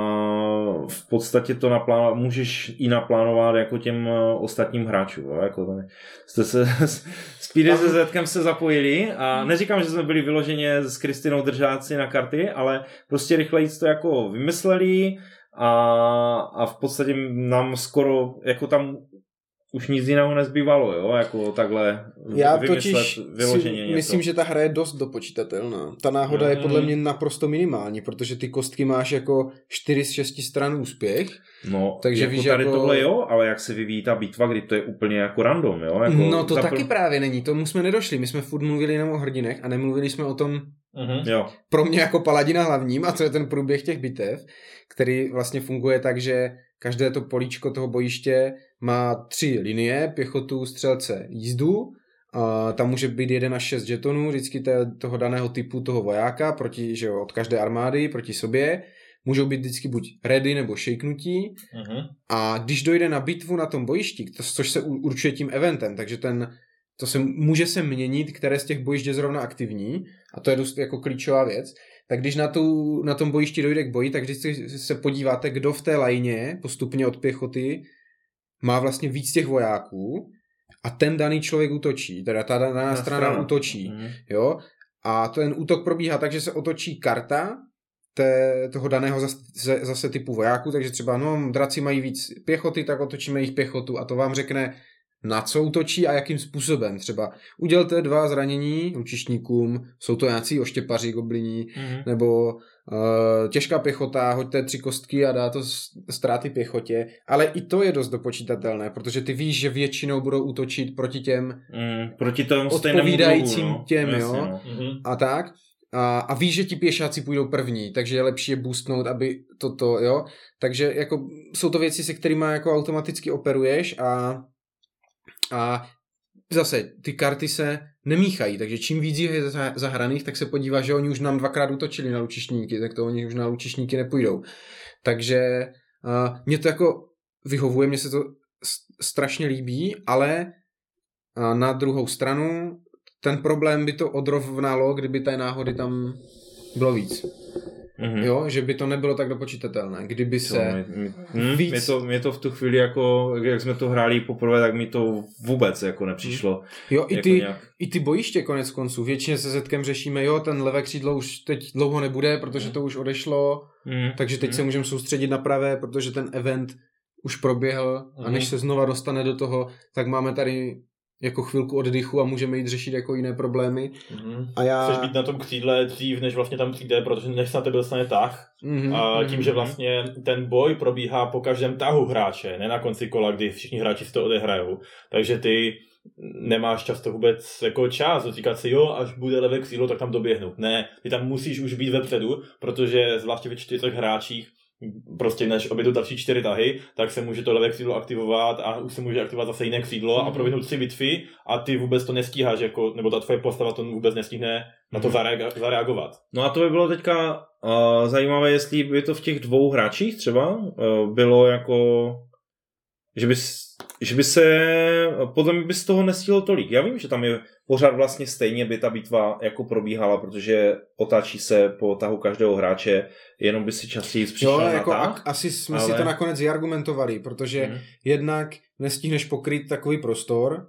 v podstatě to naplán- můžeš i naplánovat jako těm ostatním hráčům. Jo? Jako tady jste se s P D Z kem se zapojili a neříkám, že jsme byli vyloženě s Kristinou držáci na karty, ale prostě rychleji to jako vymysleli a, a v podstatě nám skoro jako tam už nic jiného nezbývalo, jo, jako takhle já totiž vyloženě myslím, že ta hra je dost dopočítatelná. Ta náhoda mm. je podle mě naprosto minimální, protože ty kostky máš jako čtyři z šesti stran úspěch. No, takže jako víš, tady jako... tohle jo, ale jak se vyvíjí ta bitva, kdy to je úplně jako random, jo. Jako no to zapr... taky právě není, tomu jsme nedošli, my jsme furt mluvili jenom o hrdinech a nemluvili jsme o tom mm-hmm. jo. pro mě jako paladina hlavním, a to je ten průběh těch bitev, který vlastně funguje tak, že každé to políčko toho bojiště má tři linie, pěchotu, střelce, jízdu. A tam může být jeden až šest žetonů, vždycky toho daného typu toho vojáka, proti, že jo, od každé armády proti sobě. Můžou být vždycky buď ready nebo šejknutí. Uh-huh. A když dojde na bitvu na tom bojišti, to, což se určuje tím eventem, takže ten, to se může se měnit, které z těch bojišť je zrovna aktivní, a to je dost jako klíčová věc, tak když na, tu, na tom bojišti dojde k boji, tak vždycky se podíváte, kdo v té lajně postupně od pěchoty má vlastně víc těch vojáků a ten daný člověk útočí, teda ta daná strana, strana útočí. Mm. Jo? A ten útok probíhá tak, že se otočí karta té, toho daného zase, zase typu vojáků, takže třeba no, draci mají víc pěchoty, tak otočíme jejich pěchotu a to vám řekne, na co útočí a jakým způsobem. Třeba udělte dva zranění lučišníkům, jsou to nějací oštěpaři, gobliní, mm-hmm. nebo uh, těžká pěchota, hoďte tři kostky a dá to ztráty pěchotě. Ale i to je dost dopočítatelné, protože ty víš, že většinou budou útočit proti těm mm, proti tomu odpovídajícím druhu, no. těm, Jasně, jo. No. Mm-hmm. A tak. A, a víš, že ti pěšáci půjdou první, takže je lepší je boostnout, aby toto, jo. Takže jako jsou to věci, se kterými jako automaticky operuješ a A zase, ty karty se nemíchají, takže čím víc je zahraných, tak se podívá, že oni už nám dvakrát útočili na lučišníky, tak to oni už na lučišníky nepůjdou. Takže uh, mě to jako vyhovuje, mně se to strašně líbí, ale uh, na druhou stranu ten problém by to odrovnalo, kdyby té náhody tam bylo víc. Mm-hmm. Jo, že by to nebylo tak dopočítatelné. Kdyby se mě, mě, víc... mě, to, mě to v tu chvíli jako, jak jsme to hráli poprvé, tak mi to vůbec jako nepřišlo. Jo, i jako ty, nějak... i ty bojiště konec konců. Většině se Zetkem řešíme, jo, ten levé křídlo už teď dlouho nebude, protože to už odešlo, mm. takže teď mm. se můžeme soustředit na pravé, protože ten event už proběhl a než se znova dostane do toho, tak máme tady jako chvilku oddychu a můžeme jít řešit jako jiné problémy. Mm-hmm. A já... Chceš být na tom křídle dřív, než vlastně tam přijde, protože než se na tebe dostane tah. Mm-hmm. A tím, že vlastně ten boj probíhá po každém tahu hráče, ne na konci kola, kdy všichni hráči si to odehrajou. Takže ty nemáš často vůbec jako čas říkat si, jo, až bude levé křídlo, tak tam doběhnu. Ne, ty tam musíš už být vepředu, protože zvláště ve čtyřech hráčích prostě než objedu další čtyři tahy, tak se může to levé křídlo aktivovat a už se může aktivovat zase jiné křídlo mm. a proběhnout tři bitvy a ty vůbec to nestíháš, jako, nebo ta tvoje postava to vůbec nestihne na to zareag- zareagovat. No a to by bylo teďka uh, zajímavé, jestli by to v těch dvou hráčích třeba uh, bylo jako, že by, že by se, podle mě by z toho nestihlo tolik. Já vím, že tam je pořád vlastně stejně by ta bitva jako probíhala, protože otáčí se po tahu každého hráče, jenom by si častěji přišel na jako tah. Asi jsme ale... si to nakonec vyargumentovali, protože hmm. jednak nestihneš pokryt takový prostor,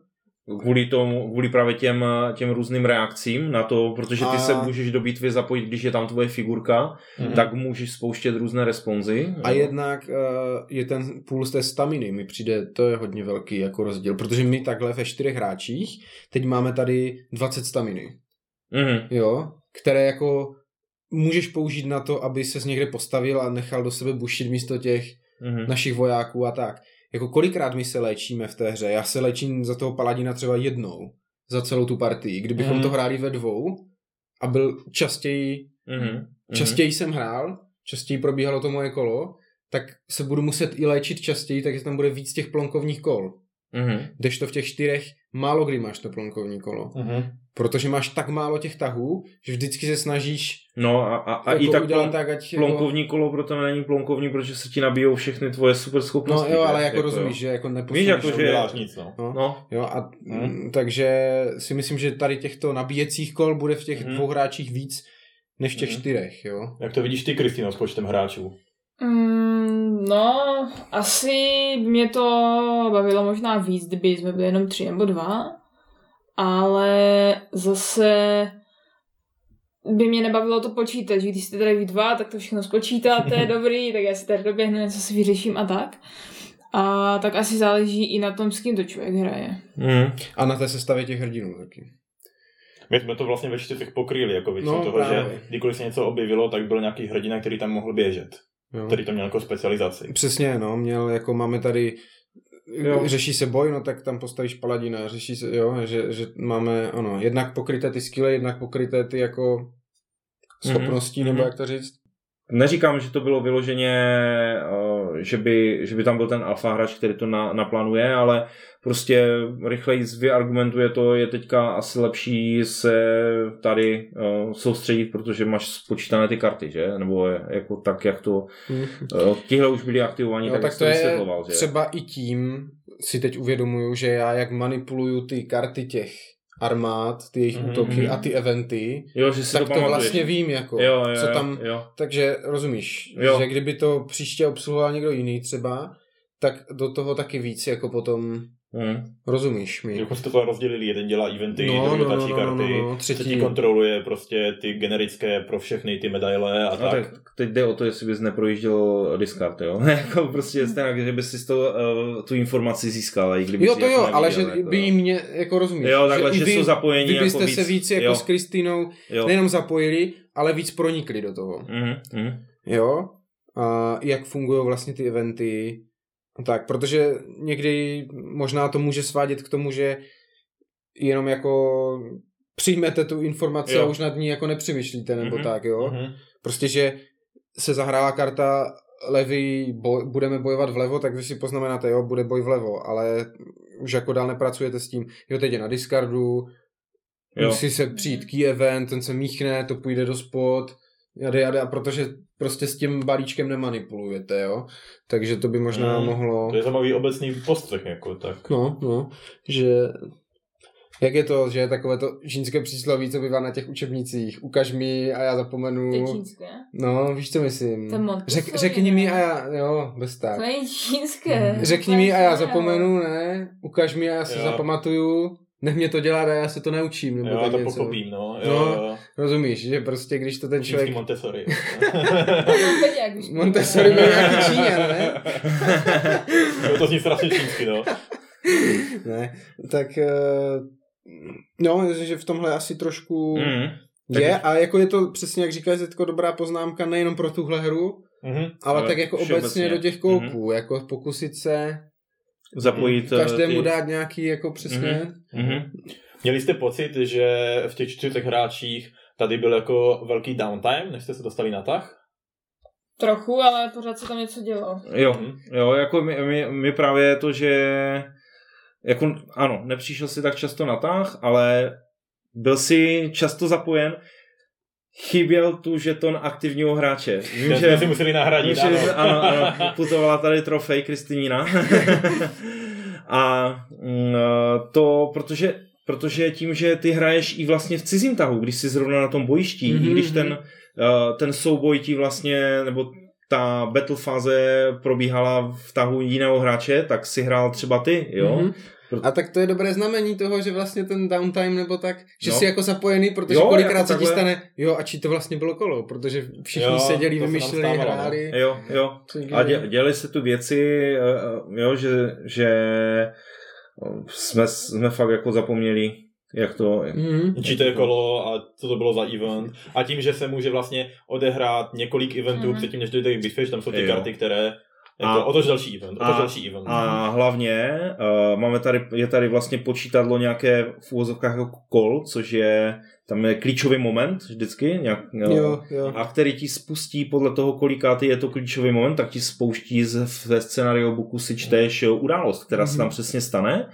Kvůli tomu, kvůli právě těm, těm různým reakcím na to, protože ty a... se můžeš do bitvy zapojit, když je tam tvoje figurka, mm-hmm. tak můžeš spouštět různé responzy. A jo. jednak uh, je ten půl z té staminy, mi přijde, to je hodně velký jako rozdíl, protože my takhle ve čtyřech hráčích, teď máme tady dvacet staminy, mm-hmm. jo, které jako můžeš použít na to, aby ses někde postavil a nechal do sebe bušit místo těch mm-hmm. našich vojáků a tak. Jako kolikrát my se léčíme v té hře? Já se léčím za toho paladina třeba jednou za celou tu partii. Kdybychom mm. to hráli ve dvou a byl častěji, mm. častěji jsem hrál, častěji probíhalo to moje kolo, tak se budu muset i léčit častěji, takže tam bude víc těch plonkovních kol. Mm. Kdežto v těch čtyřech málo kdy máš to plonkovní kolo. Mm. Protože máš tak málo těch tahů, že vždycky se snažíš no a, a, a jako i tak, udělat tak, ať plonkovní jako... kolo proto není plonkovní, protože se ti nabijou všechny tvoje super schopnosti. No jo, ale jako, jako rozumíš, jo. že jako neposuneš. Víš, jako, že děláš nic, no. no. no. Jo, a hmm. takže si myslím, že tady těchto nabíjecích kol bude v těch hmm. dvou hráčích víc než v těch hmm. čtyřech, jo. Jak to vidíš ty, Kristýno, s počtem hráčů? Mm, no, asi mě to bavilo možná víc, kdyby jsme byli jenom tři nebo dva. Ale zase by mě nebavilo to počítat, že když jste tady dva, tak to všechno spočítáte, dobrý, tak já si tady doběhnu, něco si vyřeším a tak. A tak asi záleží i na tom, s kým to člověk hraje. Mm. A na té sestavě těch hrdinů taky. My jsme to vlastně ve čtyřech pokryli, jako většinou no, toho, právě. Že kdykoliv se něco objevilo, tak byl nějaký hrdina, který tam mohl běžet. Jo. Který tam měl jako specializaci. Přesně, no, měl jako máme tady jo. řeší se boj, no tak tam postavíš paladina, řeší se, jo, že, že máme, ano, jednak pokryté ty skille, jednak pokryté ty jako schopnosti, mm-hmm. nebo jak to říct. Neříkám, že to bylo vyloženě, že by, že by tam byl ten alfa hráč, který to na, naplánuje, ale prostě rychleji vyargumentuje to, je teďka asi lepší se tady uh, soustředit, protože máš spočítané ty karty, že? Nebo je, jako tak, jak to... Uh, tihle už byli aktivovaní, no, tak, tak to, to je že? Třeba i tím si teď uvědomuju, že já jak manipuluju ty karty těch armád, ty jejich mm-hmm. útoky a ty eventy, jo, že tak to, to vlastně vím, jako, jo, jo, co tam, jo. takže rozumíš, jo. že kdyby to příště obsluhoval někdo jiný třeba, tak do toho taky víc, jako potom hmm. rozumíš mi. Jako jste to rozdělili, jeden dělá eventy, no, druhý no, tačí no, karty, no, no, no, třetí kontroluje prostě ty generické pro všechny ty medaile a no, tak. tak. Teď jde o to, jestli bys neprojížděl discard, jo? Jako prostě stejně, že bys si to, uh, tu informaci získal. I kdyby jo, to jo, jako ale že jako, by mě, jako rozumíš. Jo, takhle, že, že jsou zapojení vy byste jako víc. se víc jako jo. s Kristýnou nejenom zapojili, ale víc pronikli do toho. Mm-hmm. Jo? A jak fungují vlastně ty eventy. Tak, protože někdy možná to může svádět k tomu, že jenom jako přijmete tu informaci jo. a už nad ní jako nepřemýšlíte, nebo mm-hmm. tak, jo. Mm-hmm. Prostě, že se zahrála karta levý, boj, budeme bojovat vlevo, tak vy si poznamenáte, jo, bude boj vlevo, ale už jako dál nepracujete s tím, jo, teď je na discardu, jo. musí se přijít key event, ten se míchne, to půjde do spod, jade, jade, a protože prostě s tím balíčkem nemanipulujete, jo. Takže to by možná mm, mohlo... To je zajímavý obecný postřeh, jako tak. No, no, že... Jak je to, že je takové to čínské přísloví, co bývá na těch učebnicích? Ukaž mi a já zapomenu... To je čínské? No, víš, co myslím. To Řek, řekni mi a já... Jo, bez tak. To je čínské. Řekni mi a já zapomenu, ne? Ukaž mi a já se jo. zapamatuju. Nech mě to dělat a já se to naučím. Nebo jo, já to něco. pochopím, no. Jo, no jo. Rozumíš, že prostě když to ten člověk... Čínský Montessori. Montessori byl nějaký Číňan, ne? Jo, to zní strašně čínsky, no. Ne, tak... No, že v tomhle asi trošku mm, je tak... a jako je to přesně, jak říkáš, je to dobrá poznámka nejenom pro tuhle hru, mm-hmm, ale, ale tak jako obecně do těch koupů, mm-hmm. jako pokusit se zapojit každému ty... dát nějaký jako přesně. Mm-hmm. Měli jste pocit, že v těch čtyřech hráčích tady byl jako velký downtime, než jste se dostali na tah? Trochu, ale pořád se tam něco dělo. Jo, jo, jako mi, mi, mi právě to, že jako, ano, nepřišel si tak často na tah, ale byl si často zapojen. Chyběl tu žeton aktivního hráče. Vím, že, že si museli nahradit. Že, ano. ano, ano, putovala tady trofej Kristýna. A to, protože, protože tím, že ty hraješ i vlastně v cizím tahu, když jsi zrovna na tom bojišti, mm-hmm. i když ten, ten souboj ti vlastně, nebo ta battle fáze probíhala v tahu jiného hráče, tak si hrál třeba ty, jo? Mm-hmm. A tak to je dobré znamení toho, že vlastně ten downtime nebo tak, že No. jsi jako zapojený, protože Jo, kolikrát jako se ti takhle. stane, jo, a či to vlastně bylo kolo, protože všichni Jo, seděli, to se nám vymýšleli, stávalo, hráli. Jo, jo. A dě, děli se tu věci, eh, jo, že, že jsme, jsme fakt jako zapomněli, jak to... Mm. Či to je kolo a co to bylo za event. A tím, že se může vlastně odehrát několik eventů Mhm. předtím, než dojde k bitvě, že tam jsou ty Jo. karty, které... Jako, A- o tož další event, o tož a- další event. A hlavně uh, máme tady, je tady vlastně počítadlo nějaké v úvozovkách jako kol, což je, tam je klíčový moment vždycky, nějak, Jo, jo. a který ti spustí podle toho, kolikátý je to klíčový moment, tak ti spouští z, ve scenariobooku si čteš jo, událost, která se tam přesně stane.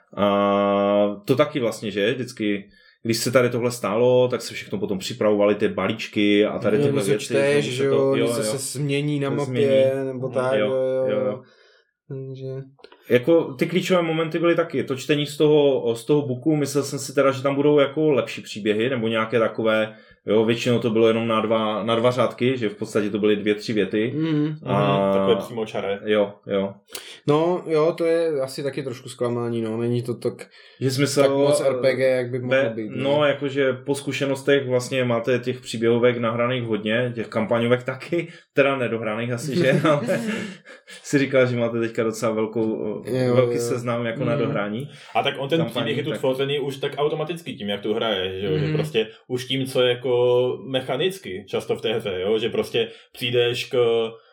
A to taky vlastně, že vždycky, když se tady tohle stálo, tak se všechno potom připravovali ty balíčky a tady tyhle něco věci. čteš, že že se jo, to- něco se změní na Se mapě, změní. nebo tak, Jo, jo, jo, jo, jo. jo. Takže... Jako ty klíčové momenty byly taky, to čtení z toho, z toho booku, myslel jsem si teda, že tam budou jako lepší příběhy, nebo nějaké takové, jo, většinou to bylo jenom na dva, na dva řádky, že v podstatě to byly dvě, tři věty. Mm. A... Takové přímo čaré. Jo, jo. No, jo, to je asi taky trošku zklamání, no, není to tak, Že smysl, tak moc R P G, jak by mohlo Be, být. no, jakože po zkušenostech vlastně máte těch příběhovek nahraných hodně, těch kampaňovek taky, teda nedohraných asi, že, ale si říkal, že máte teďka docela velkou, Jo, velký jo. seznam jako Mm. na dohrání. A tak on ten Kampaní, příběh je tu tak- tvořený už tak automaticky tím, jak tu hraje, že, jo? Mhm. že prostě už tím, co je jako mechanicky často v té hře, jo? Že prostě přijdeš k,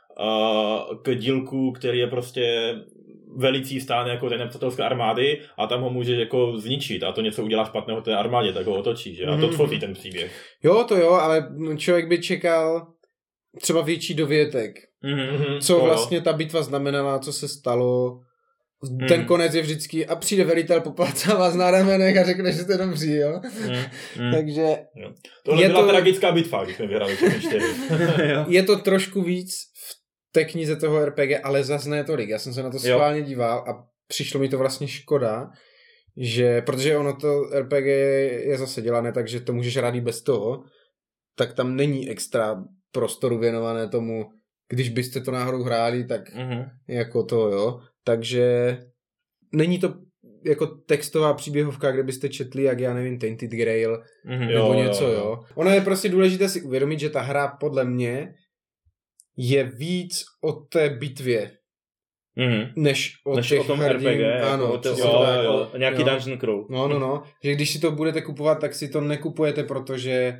uh, k dílku, který je prostě velicí stán jako té nepřátelské armády a tam ho můžeš jako zničit a to něco udělá špatného té armádě, tak ho otočíš, že? A to Mhm. tvoří ten příběh. Jo, to jo, ale člověk by čekal třeba větší dovětek. Mhm, Co to jo. vlastně ta bitva znamenala, co se stalo. Ten Mm. konec je vždycky a přijde velitel, poplácá vás na ramenech a řekne, že jste dobří, jo. Mm, mm. Takže Tohle je byla to- tragická bitva, když jsme vyhrali všechny čtyři. Jo. je to trošku víc v té knize toho R P G, ale zas ne tolik. Já jsem se na to Jo. schválně díval a přišlo mi to vlastně škoda, že, protože ono to R P G je zase dělané tak, že to můžeš hrát i bez toho, tak tam není extra prostoru věnované tomu, když byste to náhodou hráli, tak Mhm. jako to, jo. Takže není to jako textová příběhovka, kde byste četli, jak já nevím, Tainted Grail, Mhm. Jo. nebo něco, jo. Ono je prostě důležité si uvědomit, že ta hra podle mě je víc o té bitvě, Mhm. než o Než těch o tom hrdin- R P G, jako ano, o to- přesně jo, tak. jo. Nějaký Jo. dungeon crawl. No, no, no. Že když si to budete kupovat, tak si to nekupujete, protože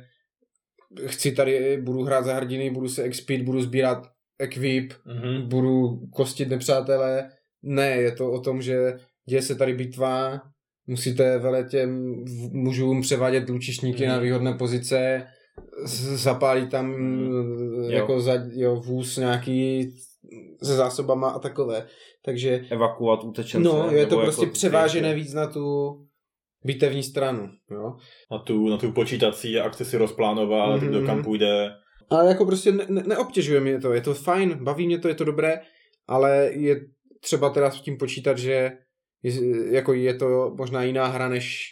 chci tady, budu hrát za hrdiny, budu se expit, budu sbírat equip, Mhm. budu kostit nepřátelé. Ne, je to o tom, že děje se tady bitva, musíte vele těm v- mužům převádět lučišníky Mhm. na výhodné pozice, z- zapálit tam Jo. jako za, jo, vůz nějaký se zásobama a takové. Takže Evakuovat utečence. no, je to nebo prostě jako- převážené víc na tu bitevní stranu. Jo. Na tu, na tu počítací akci si rozplánovat, Mhm. do kam půjde. Ale jako prostě ne, ne, neobtěžuje mě to, je to fajn, baví mě to, je to dobré, ale je třeba teda s tím počítat, že je, jako je to možná jiná hra, než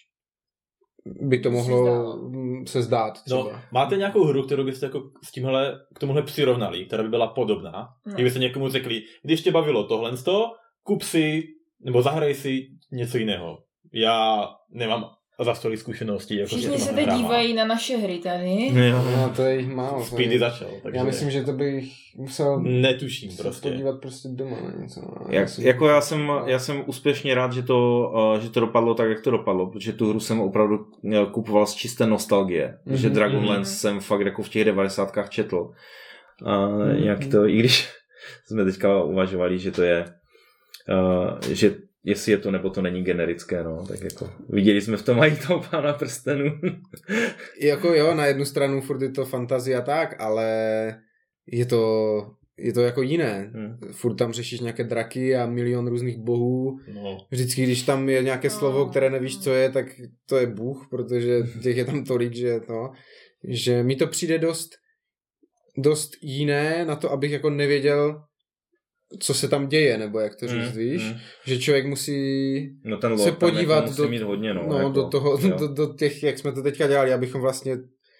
by to Se mohlo zdálo. mm, se zdát třeba. No, máte nějakou hru, kterou byste jako s tímhle, k tomuhle přirovnali, která by byla podobná? Ne. Kdybyste někomu řekli, když tě bavilo tohle, kup si, nebo zahraj si něco jiného. Já nemám za stolik zkušeností. Jako s Všichni těma se teď hrama. dívají na naše hry tady. Jo. No, to je jich málo. to Speedy je- začal, takže Já myslím, že to bych musel netuším se prostě. podívat prostě doma na něco. no. Jak, Myslím, jako že- já jsem, já jsem úspěšně rád, že to, uh, že to dopadlo tak, jak to dopadlo, protože tu hru jsem opravdu měl, kupoval z čisté nostalgie, mm-hmm. že Mhm. Dragonlance Mhm. jsem fakt jako v těch devadesátkách četl. A Mhm. jak to, i když jsme teďka uvažovali, že to je, uh, že jestli je to nebo to není generické, no, tak jako viděli jsme v tom i toho Pána prstenů. Jako jo, na jednu stranu furt je to fantazie a tak, ale je to, je to jako jiné. Hmm. Furt tam řešíš nějaké draky a milion různých bohů. No. Vždycky, když tam je nějaké slovo, které nevíš, co je, tak to je Bůh, protože těch je tam tolik, že to, že mi to přijde dost, dost jiné na to, abych jako nevěděl, co se tam děje, nebo jak to říct, Mm, víš? mm. Že člověk musí No ten se lore tam podívat jako musí do, mít hodně, no. no, jako, do toho, jo. do, do těch, jak jsme to teďka dělali, abychom vlastně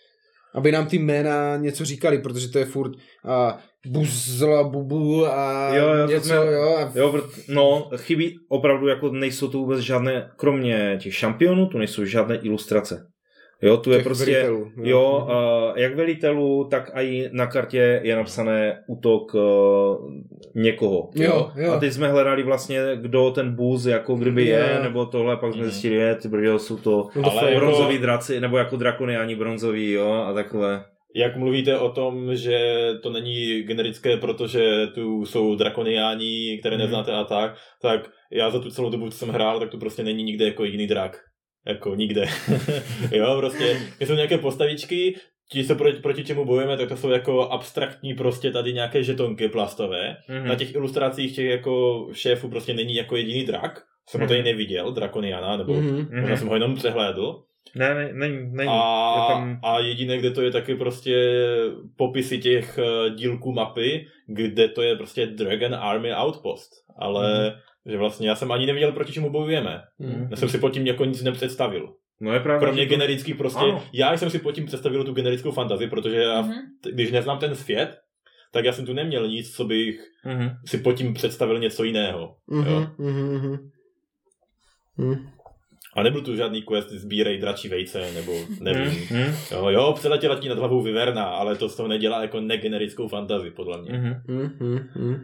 aby nám ty jména něco říkali, protože to je furt a buzla, bubu a jo, jo, něco, jsme, jo. A... jo. No, chybí opravdu, jako nejsou tu vůbec žádné, kromě těch šampionů, tu nejsou žádné ilustrace. Jo, tu je prostě, velitelů, jo, jo uh, jak velitelů, tak i na kartě je napsané útok uh, někoho. Jo, jo. Jo. A teď jsme hledali vlastně, kdo ten buz jako kdyby jo. je, nebo tohle, pak jsme zjistili, je, ty brděl, jsou to, no to bronzoví jako... draci, nebo jako drakoniáni bronzoví, jo, a takhle. Jak mluvíte o tom, že to není generické, protože tu jsou drakoniáni, které neznáte a tak, tak já za tu celou dobu, co jsem hrál, tak tu prostě není nikde jako jediný drak. Jako nikde. Jo, prostě jsou nějaké postavičky, ti se proti, proti čemu bojujeme, tak to jsou jako abstraktní prostě tady nějaké žetonky plastové. Mm-hmm. Na těch ilustracích těch jako šéfů prostě není jako jediný drak. Jsem mm-hmm. ho tady neviděl, Drakoniana, nebo mm-hmm. možná jsem ho jenom přehlédl. Ne, ne, není, není. A, tam... a jediné, kde to je taky prostě popisy těch uh, dílků mapy, kde to je prostě Dragon Army Outpost. Ale mm-hmm. že vlastně já jsem ani nevěděl, proti čemu bojujeme. Mm. Já jsem si pod tím jako nic nepředstavil. No je pravda. Kromě to... generických prostě, ano. Já jsem si pod tím představil tu generickou fantazii, protože já, mm-hmm. když neznám ten svět, tak já jsem tu neměl nic, co bych mm-hmm. si pod tím představil něco jiného. Mm-hmm. Jo? Mm-hmm. Mm. A nebyl tu žádný quest, sbírej dračí vejce, nebo nevím. Mm-hmm. Jo, jo, přeletěla ti nad hlavou Vyverna, ale to z toho nedělá jako negenerickou fantazii, podle mě. Mm-hmm.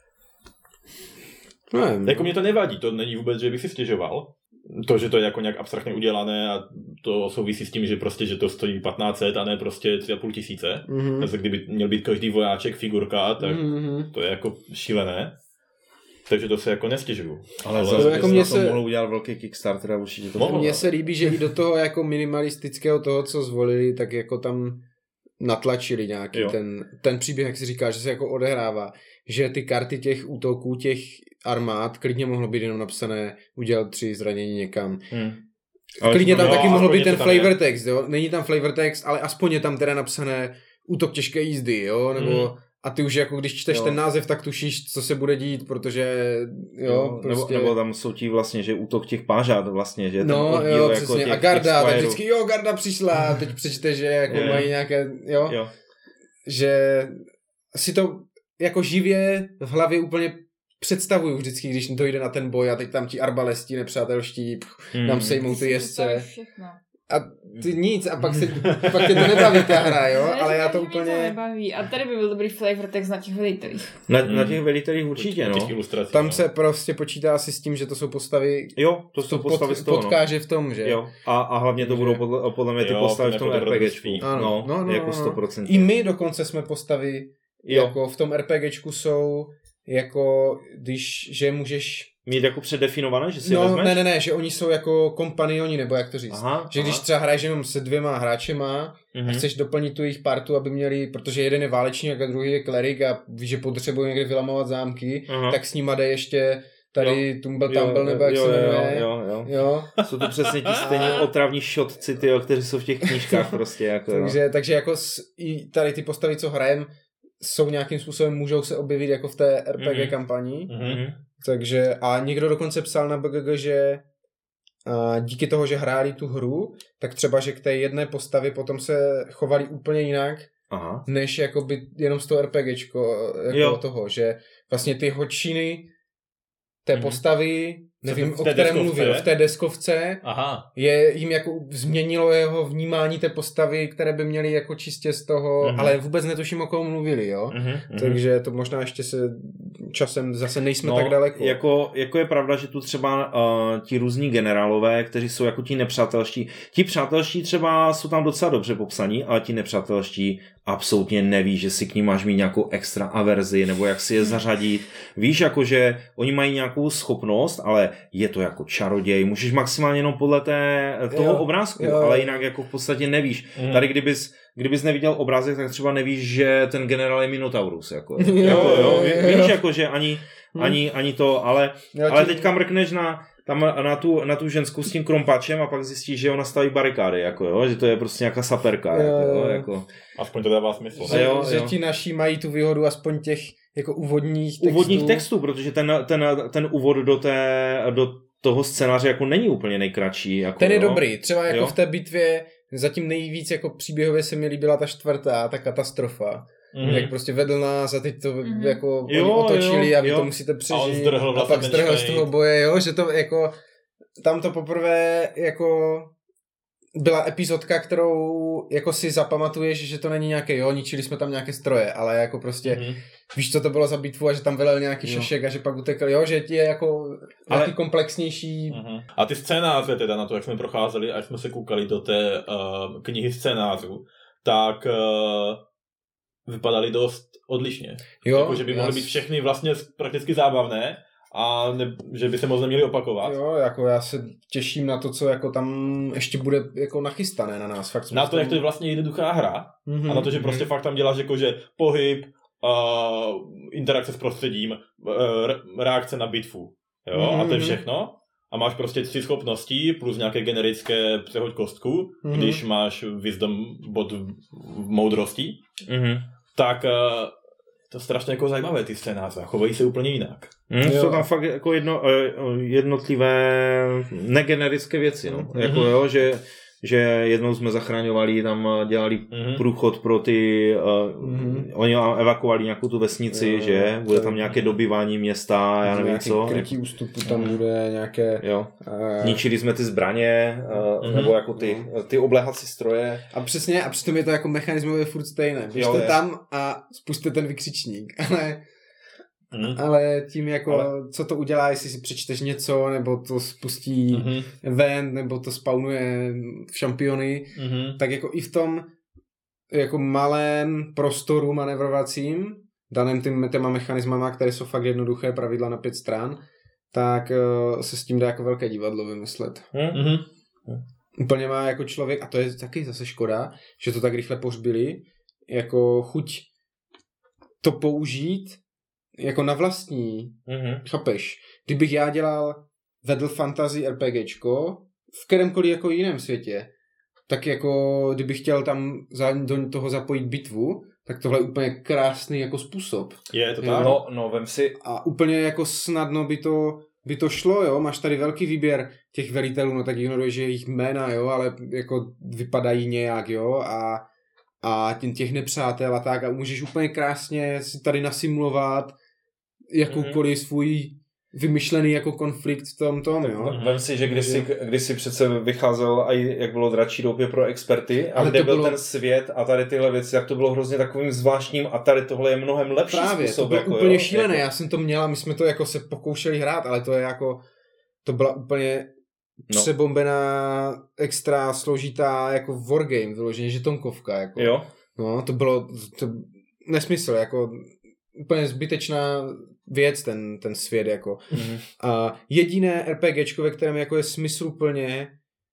No, jako mě to nevadí, to není vůbec, že bych si stěžoval. To, že to je jako nějak abstraktně udělané a to souvisí s tím, že prostě, že to stojí patnáct set a ne prostě tři a půl tisíce. Mm-hmm. Takže kdyby měl být každý vojáček figurka, tak mm-hmm. to je jako šílené. Takže to se jako nestěžuju. Ale, ale zase jako mě se mohlo udělat velký Kickstarter a určitě to mohlo. Mně se líbí, že i do toho jako minimalistického toho, co zvolili, tak jako tam natlačili nějaký ten, ten příběh, jak si říká, že se jako odehrává. Že ty karty těch útoků, těch armád, klidně mohlo být jenom napsané udělat tři zranění někam. Hmm. Klidně tam no, taky mohlo být ten flavor je. text, jo. Není tam flavor text, ale aspoň je tam teda napsané útok těžké jízdy, jo, nebo hmm. a ty už jako když čteš jo. ten název, tak tušíš, co se bude dít, protože jo, jo prostě... nebo, nebo tam jsou ti vlastně, že útok těch pážat vlastně, že no, ten oddíl jo, jako přesně. těch, a Garda, těch tak vždycky jo, Garda přišla a teď přečte, že jako je. mají nějaké, jo, jo, že si to jako živě v hlavě úplně představuju vždycky, když to jde na ten boj a teď tam ti arbalesti nepřátelští, hmm. tam sejmou ty jezdce. A ty nic, a pak, se, pak tě to nebaví ta hra, jo? Ne, ale já to úplně... to nebaví. A tady by byl dobrý flavor text na těch velitelích. Na, hmm. na těch velitelích určitě, no. Tam se prostě počítá asi s tím, že to jsou postavy... Jo, to jsou to postavy pod, z toho, potkáže v tom, že? Jo, a, a hlavně to budou podle, podle mě ty jo, postavy v tom RPGčku. Ano, no, no, no, jako no. sto procent. I my dokonce jsme postavy, jo. jako v tom RPGčku jsou... jako když, že můžeš mít jako předefinované, že si no, je vezmeš? Ne, ne, ne, že oni jsou jako kompanioni, nebo jak to říct. Aha, že aha. když třeba hraješ jenom se dvěma hráčema mm-hmm. a chceš doplnit tu jejich partu, aby měli, protože jeden je válečník a druhý je klerik a víš, že potřebuje někde vylamovat zámky, aha. tak s nima jde ještě tady Tumble Tumble, nebo jak jo, se jmenuje. Jo, jo, jo. Jsou to přesně ti stejní otravní šotci, tyjo, kteří jsou v těch knížkách prostě. Jako, takže, takže jako s, i tady ty postavy, co hrajem, jsou nějakým způsobem, můžou se objevit jako v té R P G mm-hmm. kampani. Mm-hmm. Takže a někdo dokonce psal na B G G, že a díky toho, že hráli tu hru, tak třeba, že k té jedné postavě potom se chovali úplně jinak, aha. než jakoby jenom z toho RPGčko, jako jo. toho, že vlastně ty hočiny té mm-hmm. postavy, nevím, o které mluvil, v té deskovce, aha. je jim jako změnilo jeho vnímání té postavy, které by měly jako čistě z toho, mm-hmm. ale vůbec netuším, o koho mluvili, jo. Mm-hmm. Takže to možná ještě se časem zase nejsme no, tak daleko. Jako, jako je pravda, že tu třeba uh, ti různí generálové, kteří jsou jako ti nepřátelští, ti přátelští třeba jsou tam docela dobře popsaní, ale ti nepřátelští absolutně neví, že si k ním máš mít nějakou extra averzi, nebo jak si je zařadit. Víš, jako že oni mají nějakou schopnost, ale je to jako čaroděj, můžeš maximálně jenom podle té, toho jo, obrázku, jo. ale jinak jako v podstatě nevíš. Mm. Tady kdybys, kdybys neviděl obrázek, tak třeba nevíš, že ten generál je Minotaurus. Jako, jo, jako, jo, jo, jo. Víš, jako, že ani, ani, ani to, ale, jo, ale teďka mrkneš na tam na tu, na tu ženskou s tím krompačem a pak zjistíš, že ona staví barikády, jako jo, že to je prostě nějaká saperka. Jo, jako, jo, jako. Aspoň to dává smysl. Že, jo, že jo. ti naši mají tu výhodu aspoň těch jako úvodních textů. Úvodních textů, protože ten, ten, ten úvod do, té, do toho scénáře jako není úplně nejkratší. Jako, ten je jo. dobrý, třeba jako jo. v té bitvě zatím nejvíc jako příběhově se mi líbila ta čtvrtá, ta katastrofa. Mm. Jak prostě vedl nás a teď to mm. jako jo, oni otočili jo, a vy jo. to musíte přežít. A, a pak zdrhl z toho boje, jo, že to jako tam to poprvé jako byla epizodka, kterou jako si zapamatuješ, že to není nějaké, jo, ničili jsme tam nějaké stroje, ale jako prostě mm. víš, co to bylo za bitvu a že tam velel nějaký jo. šašek a že pak utekl, jo, že ti je jako ale... nějaký komplexnější. Mm-hmm. A ty scénáře teda na to, jak jsme procházeli, až jsme se koukali do té uh, knihy scénářů, tak uh, vypadaly dost odlišně. Jo, jako, že by mohly být všechny vlastně prakticky zábavné, a ne, že by se moc neměli opakovat. Jo, jako já se těším na to, co jako tam ještě bude jako nachystané na nás. Fakt na to, jak to je vlastně jednoduchá hra mm-hmm. a na to, že prostě mm-hmm. fakt tam děláš jako, že pohyb, uh, interakce s prostředím, uh, reakce na bitvu. Jo, mm-hmm. a to je všechno. A máš prostě tři schopnosti plus nějaké generické přehoď kostku, mm-hmm. když máš wisdom bod v moudrosti, mm-hmm. tak uh, to je strašně jako zajímavé ty scénáře, chovají se úplně jinak. Mm, jsou tam fakt jako jedno, jednotlivé negenerické věci, no. Mm-hmm. Jako jo, že, že jednou jsme zachraňovali, tam dělali mm-hmm. průchod pro ty, uh, mm-hmm. oni evakuovali nějakou tu vesnici, jo, že bude tam nějaké dobyvání města, já nevím co. Krytí ústupu tam bude nějaké... Jo. Uh... Ničili jsme ty zbraně, uh, mm-hmm. nebo jako ty, ty obléhací stroje. A přesně, a přitom je to jako mechanismově furt stejné. Běžte tam a spusťte ten vykřičník, ale... Mm. Ale tím jako, ale... co to udělá, jestli si přečteš něco, nebo to spustí mm-hmm. event, nebo to spawnuje v šampiony, mm-hmm. tak jako i v tom jako malém prostoru manevrovacím, daném tím, těma mechanismama, které jsou fakt jednoduché, pravidla na pět stran, tak uh, se s tím dá jako velké divadlo vymyslet. Mm-hmm. Úplně má jako člověk, a to je taky zase škoda, že to tak rychle pohřbili, jako chuť to použít jako na vlastní, mm-hmm. chápeš? Kdybych já dělal vedl fantasy RPGčko v kterémkoliv jako jiném světě, tak jako kdybych chtěl tam za, do toho zapojit bitvu, tak tohle je úplně krásný jako způsob. Je to tak? No, no, vem si. A úplně jako snadno by to, by to šlo, jo? Máš tady velký výběr těch velitelů, no tak ignoruješ jejich jména, jo? Ale jako vypadají nějak, jo? A, a těch nepřátel a tak a můžeš úplně krásně si tady nasimulovat jakoukoliv mm-hmm. svůj vymyšlený jako konflikt v tom tom, jo. Vem si, že kdysi, kdysi přece vycházel a jak bylo Dračí doupě pro experty a ale kde byl bylo... ten svět a tady tyhle věci, jak to bylo hrozně takovým zvláštním a tady tohle je mnohem lepší právě, způsob. To bylo jako, úplně jo, šílené, jako... já jsem to měla, my jsme to jako se pokoušeli hrát, ale to je jako, to byla úplně no. přebombená, extra složitá jako wargame, vyloženě žetonkovka, jako. Jo. No, to bylo to nesmysl, jako úplně zbytečná věc ten, ten svět, jako. Mm-hmm. A jediné RPGčko, ve kterém jako je smysluplně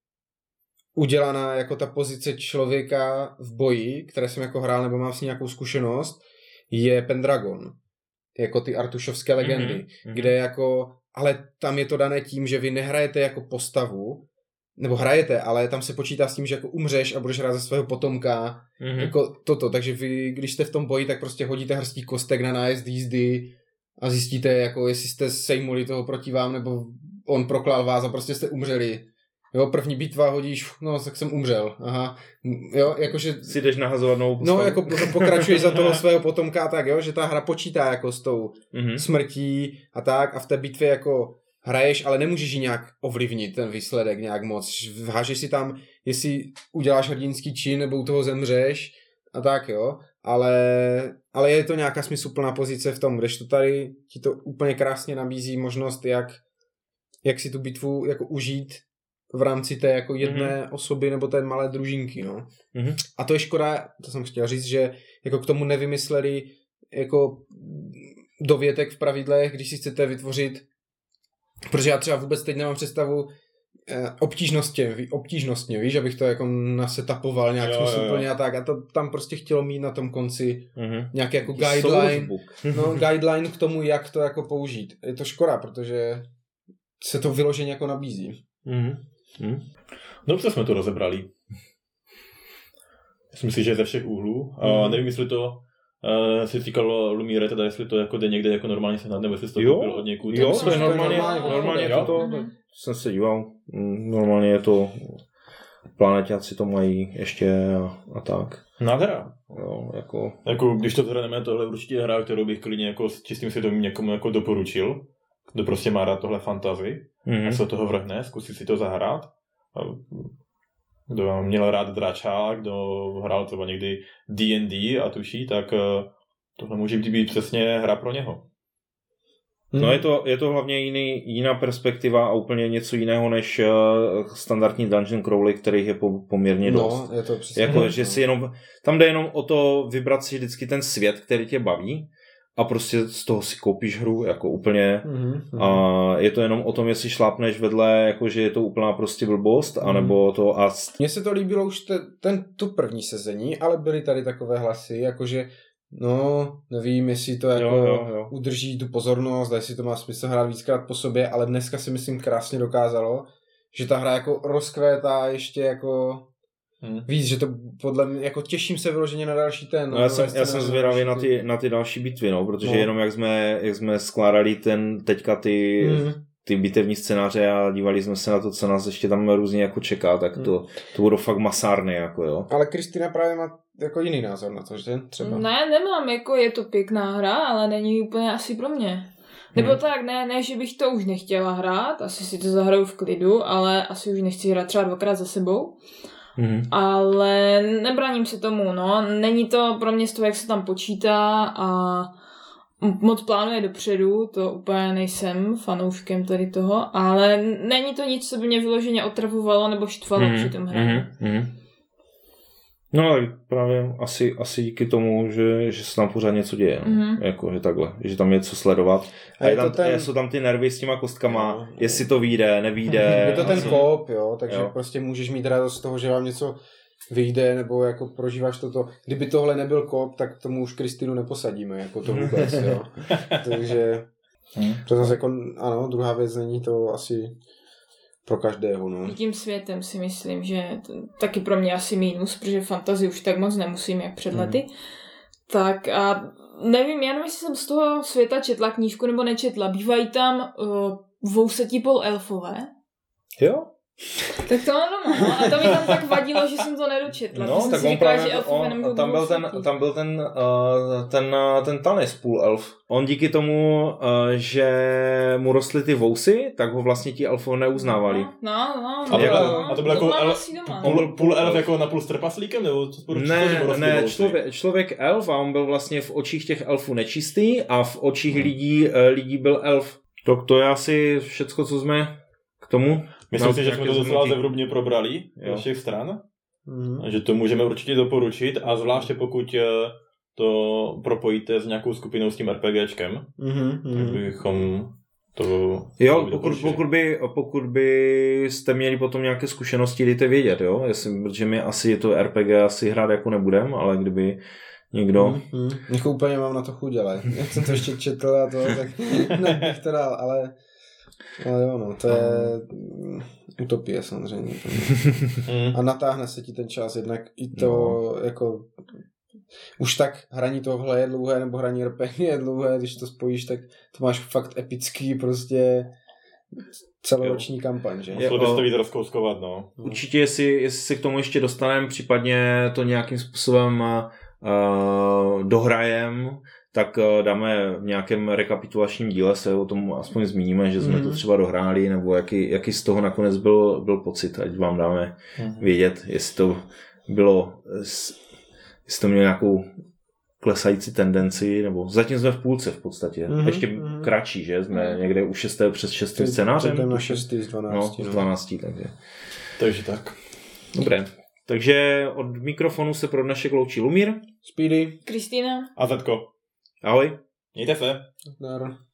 udělaná jako ta pozice člověka v boji, které jsem jako hrál, nebo mám s ní nějakou zkušenost, je Pendragon. Jako ty artušovské legendy, mm-hmm. kde jako, ale tam je to dané tím, že vy nehrajete jako postavu, nebo hrajete, ale tam se počítá s tím, že jako umřeš a budeš hrát za svého potomka, mm-hmm. jako toto, takže vy, když jste v tom boji, tak prostě hodíte hrstí kostek na nájezd jízdy a zjistíte, jako jestli jste sejmuli toho proti vám, nebo on proklal vás a prostě jste umřeli. Jo, první bitva hodíš, no, tak jsem umřel, aha, jo, jakože... Si jdeš nahazovat novou postavu. No, jako pokračuješ za toho svého potomka tak, jo, že ta hra počítá jako s tou mm-hmm. smrtí a tak a v té bitvě jako hraješ, ale nemůžeš ji nějak ovlivnit, ten výsledek nějak moc. Hážeš si tam, jestli uděláš hrdinský čin, nebo u toho zemřeš a tak, jo. Ale, ale je to nějaká smysluplná pozice v tom, kdežto tady ti to úplně krásně nabízí možnost, jak, jak si tu bitvu jako užít v rámci té jako jedné mm-hmm. osoby nebo té malé družinky, no. Mm-hmm. A to je škoda, to jsem chtěl říct, že jako k tomu nevymysleli jako dovětek v pravidlech, když si chcete vytvořit, protože já třeba vůbec teď nemám představu eh, obtížnostně, obtížnostně, víš, abych to jako nasetapoval nějak smysluplně a tak a to tam prostě chtělo mít na tom konci mm-hmm. nějaký jako guideline, no, guideline k tomu, jak to jako použít. Je to škoda, protože se to vyloženě jako nabízí. Mm-hmm. Mm. Dobře jsme to rozebrali. Myslím si, že ze všech úhlů. Mm-hmm. A nevím, jestli to Uh, si říkalo Lumíre, teda jestli to jako jde někde jako normálně sehnat, nebo jestli to koupil od někud. Jo, to je normálně, normálně, normálně je to, to jsem se díval, normálně je to planeťáci to mají ještě a, a tak. Nádhera. Jo, jako... Jako, když to zhrneme, tohle určitě hra, kterou bych klidně jako s čistým svědomím někomu jako doporučil, kdo prostě má rád tohle fantasy, Mm-hmm. a se toho vrhne, zkusit si to zahrát. Kdo měl rád dračák, kdo hrál třeba někdy D and D a tuší, tak tohle může být přesně hra pro něho. No je to, je to hlavně jiný, jiná perspektiva a úplně něco jiného než uh, standardní dungeon crawly, kterých je po, poměrně dost. No, je to přesně. Jako, že si jenom, tam jde jenom o to vybrat si vždycky ten svět, který tě baví a prostě z toho si koupíš hru, jako úplně. Mm-hmm. A je to jenom o tom, jestli šlápneš vedle, jako že je to úplná prostě blbost, anebo to a... Mně se to líbilo už te, ten, tu první sezení, ale byly tady takové hlasy, jakože no, nevím, jestli to jako jo, jo, jo. udrží tu pozornost, jestli to má smysl hrát víckrát po sobě, ale dneska si myslím krásně dokázalo, že ta hra jako rozkvétá ještě jako hmm. víc, že to podle mě, jako těším se vyloženě na další ten. No, já jsem, já jsem zvědavý na ty, na ty další bitvy, no, protože no. jenom jak jsme, jak jsme skládali ten, teďka ty, hmm. ty bitevní scénáře a dívali jsme se na to, co nás ještě tam různě jako čeká, tak to, hmm. to budou fakt masárny, jako jo. Ale Kristýna právě má jako jiný názor na to, že třeba? Ne, nemám, jako je to pěkná hra, ale není úplně asi pro mě. Nebo hmm. tak, ne, ne, že bych to už nechtěla hrát, asi si to zahraju v klidu, ale asi už nechci hrát třeba dvakrát za sebou. Hmm. Ale nebraním se tomu, no. Není to pro mě z toho, jak se tam počítá a moc plánuje dopředu, to úplně nejsem fanouškem tady toho, ale není to nic, co by mě vyloženě otravovalo nebo štvalo hmm. při tom hraní. Hmm. No ale právě asi, asi díky tomu, že, že se tam pořád něco děje, no. mm-hmm. jako, že takhle, že tam je co sledovat. A, a je tam, ten... jsou tam ty nervy s těma kostkama, no. jestli to vyjde, nevyjde. Je to ten co... kop, jo, takže jo. prostě můžeš mít radost z toho, že vám něco vyjde, nebo jako prožíváš toto. Kdyby tohle nebyl kop, tak tomu už Kristýnu neposadíme, jako to vůbec, jo. Takže hmm. to zase jako, ano, druhá věc není to asi... pro každého, no. Tím světem si myslím, že to, taky pro mě asi mínus, protože fantasy už tak moc nemusím, jak před lety. Mm. Tak a nevím, já nevím, jestli jsem z toho světa četla knížku nebo nečetla. Bývají tam uh, dvousetí pol elfové. Jo? Tak to mám doma, no. A to mi tam tak vadilo, že jsem to nedočetla. No, tak on říkala, právě, on, tam, byl ten, tam byl ten, uh, ten, uh, ten Tanis půl elf. On díky tomu, uh, že mu rostly ty vousy, tak ho vlastně ti elfové neuznávali. No, no. A to bylo, no, a to byl jako el, on byl půl elf jako na půl s trpaslíkem? Nebo co, ne, ne, člověk, člověk elf a on byl vlastně v očích těch elfů nečistý a v očích hmm. lidí, lidí byl elf. Tak to je asi všecko, co jsme k tomu. Myslím si, že jsme to docela zevrubně probrali ze všech stran. Mm. Že to můžeme určitě doporučit a zvláště pokud to propojíte s nějakou skupinou s tím RPGčkem, mm-hmm. tak bychom to... Jo, pokud, pokud, by, pokud byste měli potom nějaké zkušenosti, dejte vědět, jo? Jestli, protože my asi to R P G asi hrát jako nebudem, ale kdyby někdo... Mm-hmm. Jako úplně mám na to chuť, ale jak jsem to ještě četl a to, tak nebych to dal, ale... Ale jo, no, to je utopie samozřejmě. A natáhne se ti ten čas, jednak i to no. jako už tak hraní tohle je dlouhé, nebo hraní R P G je dlouhé, když to spojíš, tak to máš fakt epický prostě celoroční jo. kampaň, že? Musel bys to víc rozkouskovat, no. Určitě, jestli, jestli se k tomu ještě dostaneme, případně to nějakým způsobem uh, dohrajem, tak dáme v nějakém rekapitulačním díle, se o tom aspoň zmíníme, že jsme mm. to třeba dohráli, nebo jaký, jaký z toho nakonec byl, byl pocit, ať vám dáme mm. vědět, jestli to bylo, jestli to mělo nějakou klesající tendenci, nebo zatím jsme v půlce v podstatě, mm. ještě mm. kratší, že? Jsme mm. někde u šesté přes šestým scénářem. Jdeme na šestý z dvanácti. No, z dvanácti, takže. Takže tak. Dobré. Takže od mikrofonu se pro dnešek loučí Lumír, Speedy, Kristýna a Zetko. Ahoj. Mějte se. Zdar.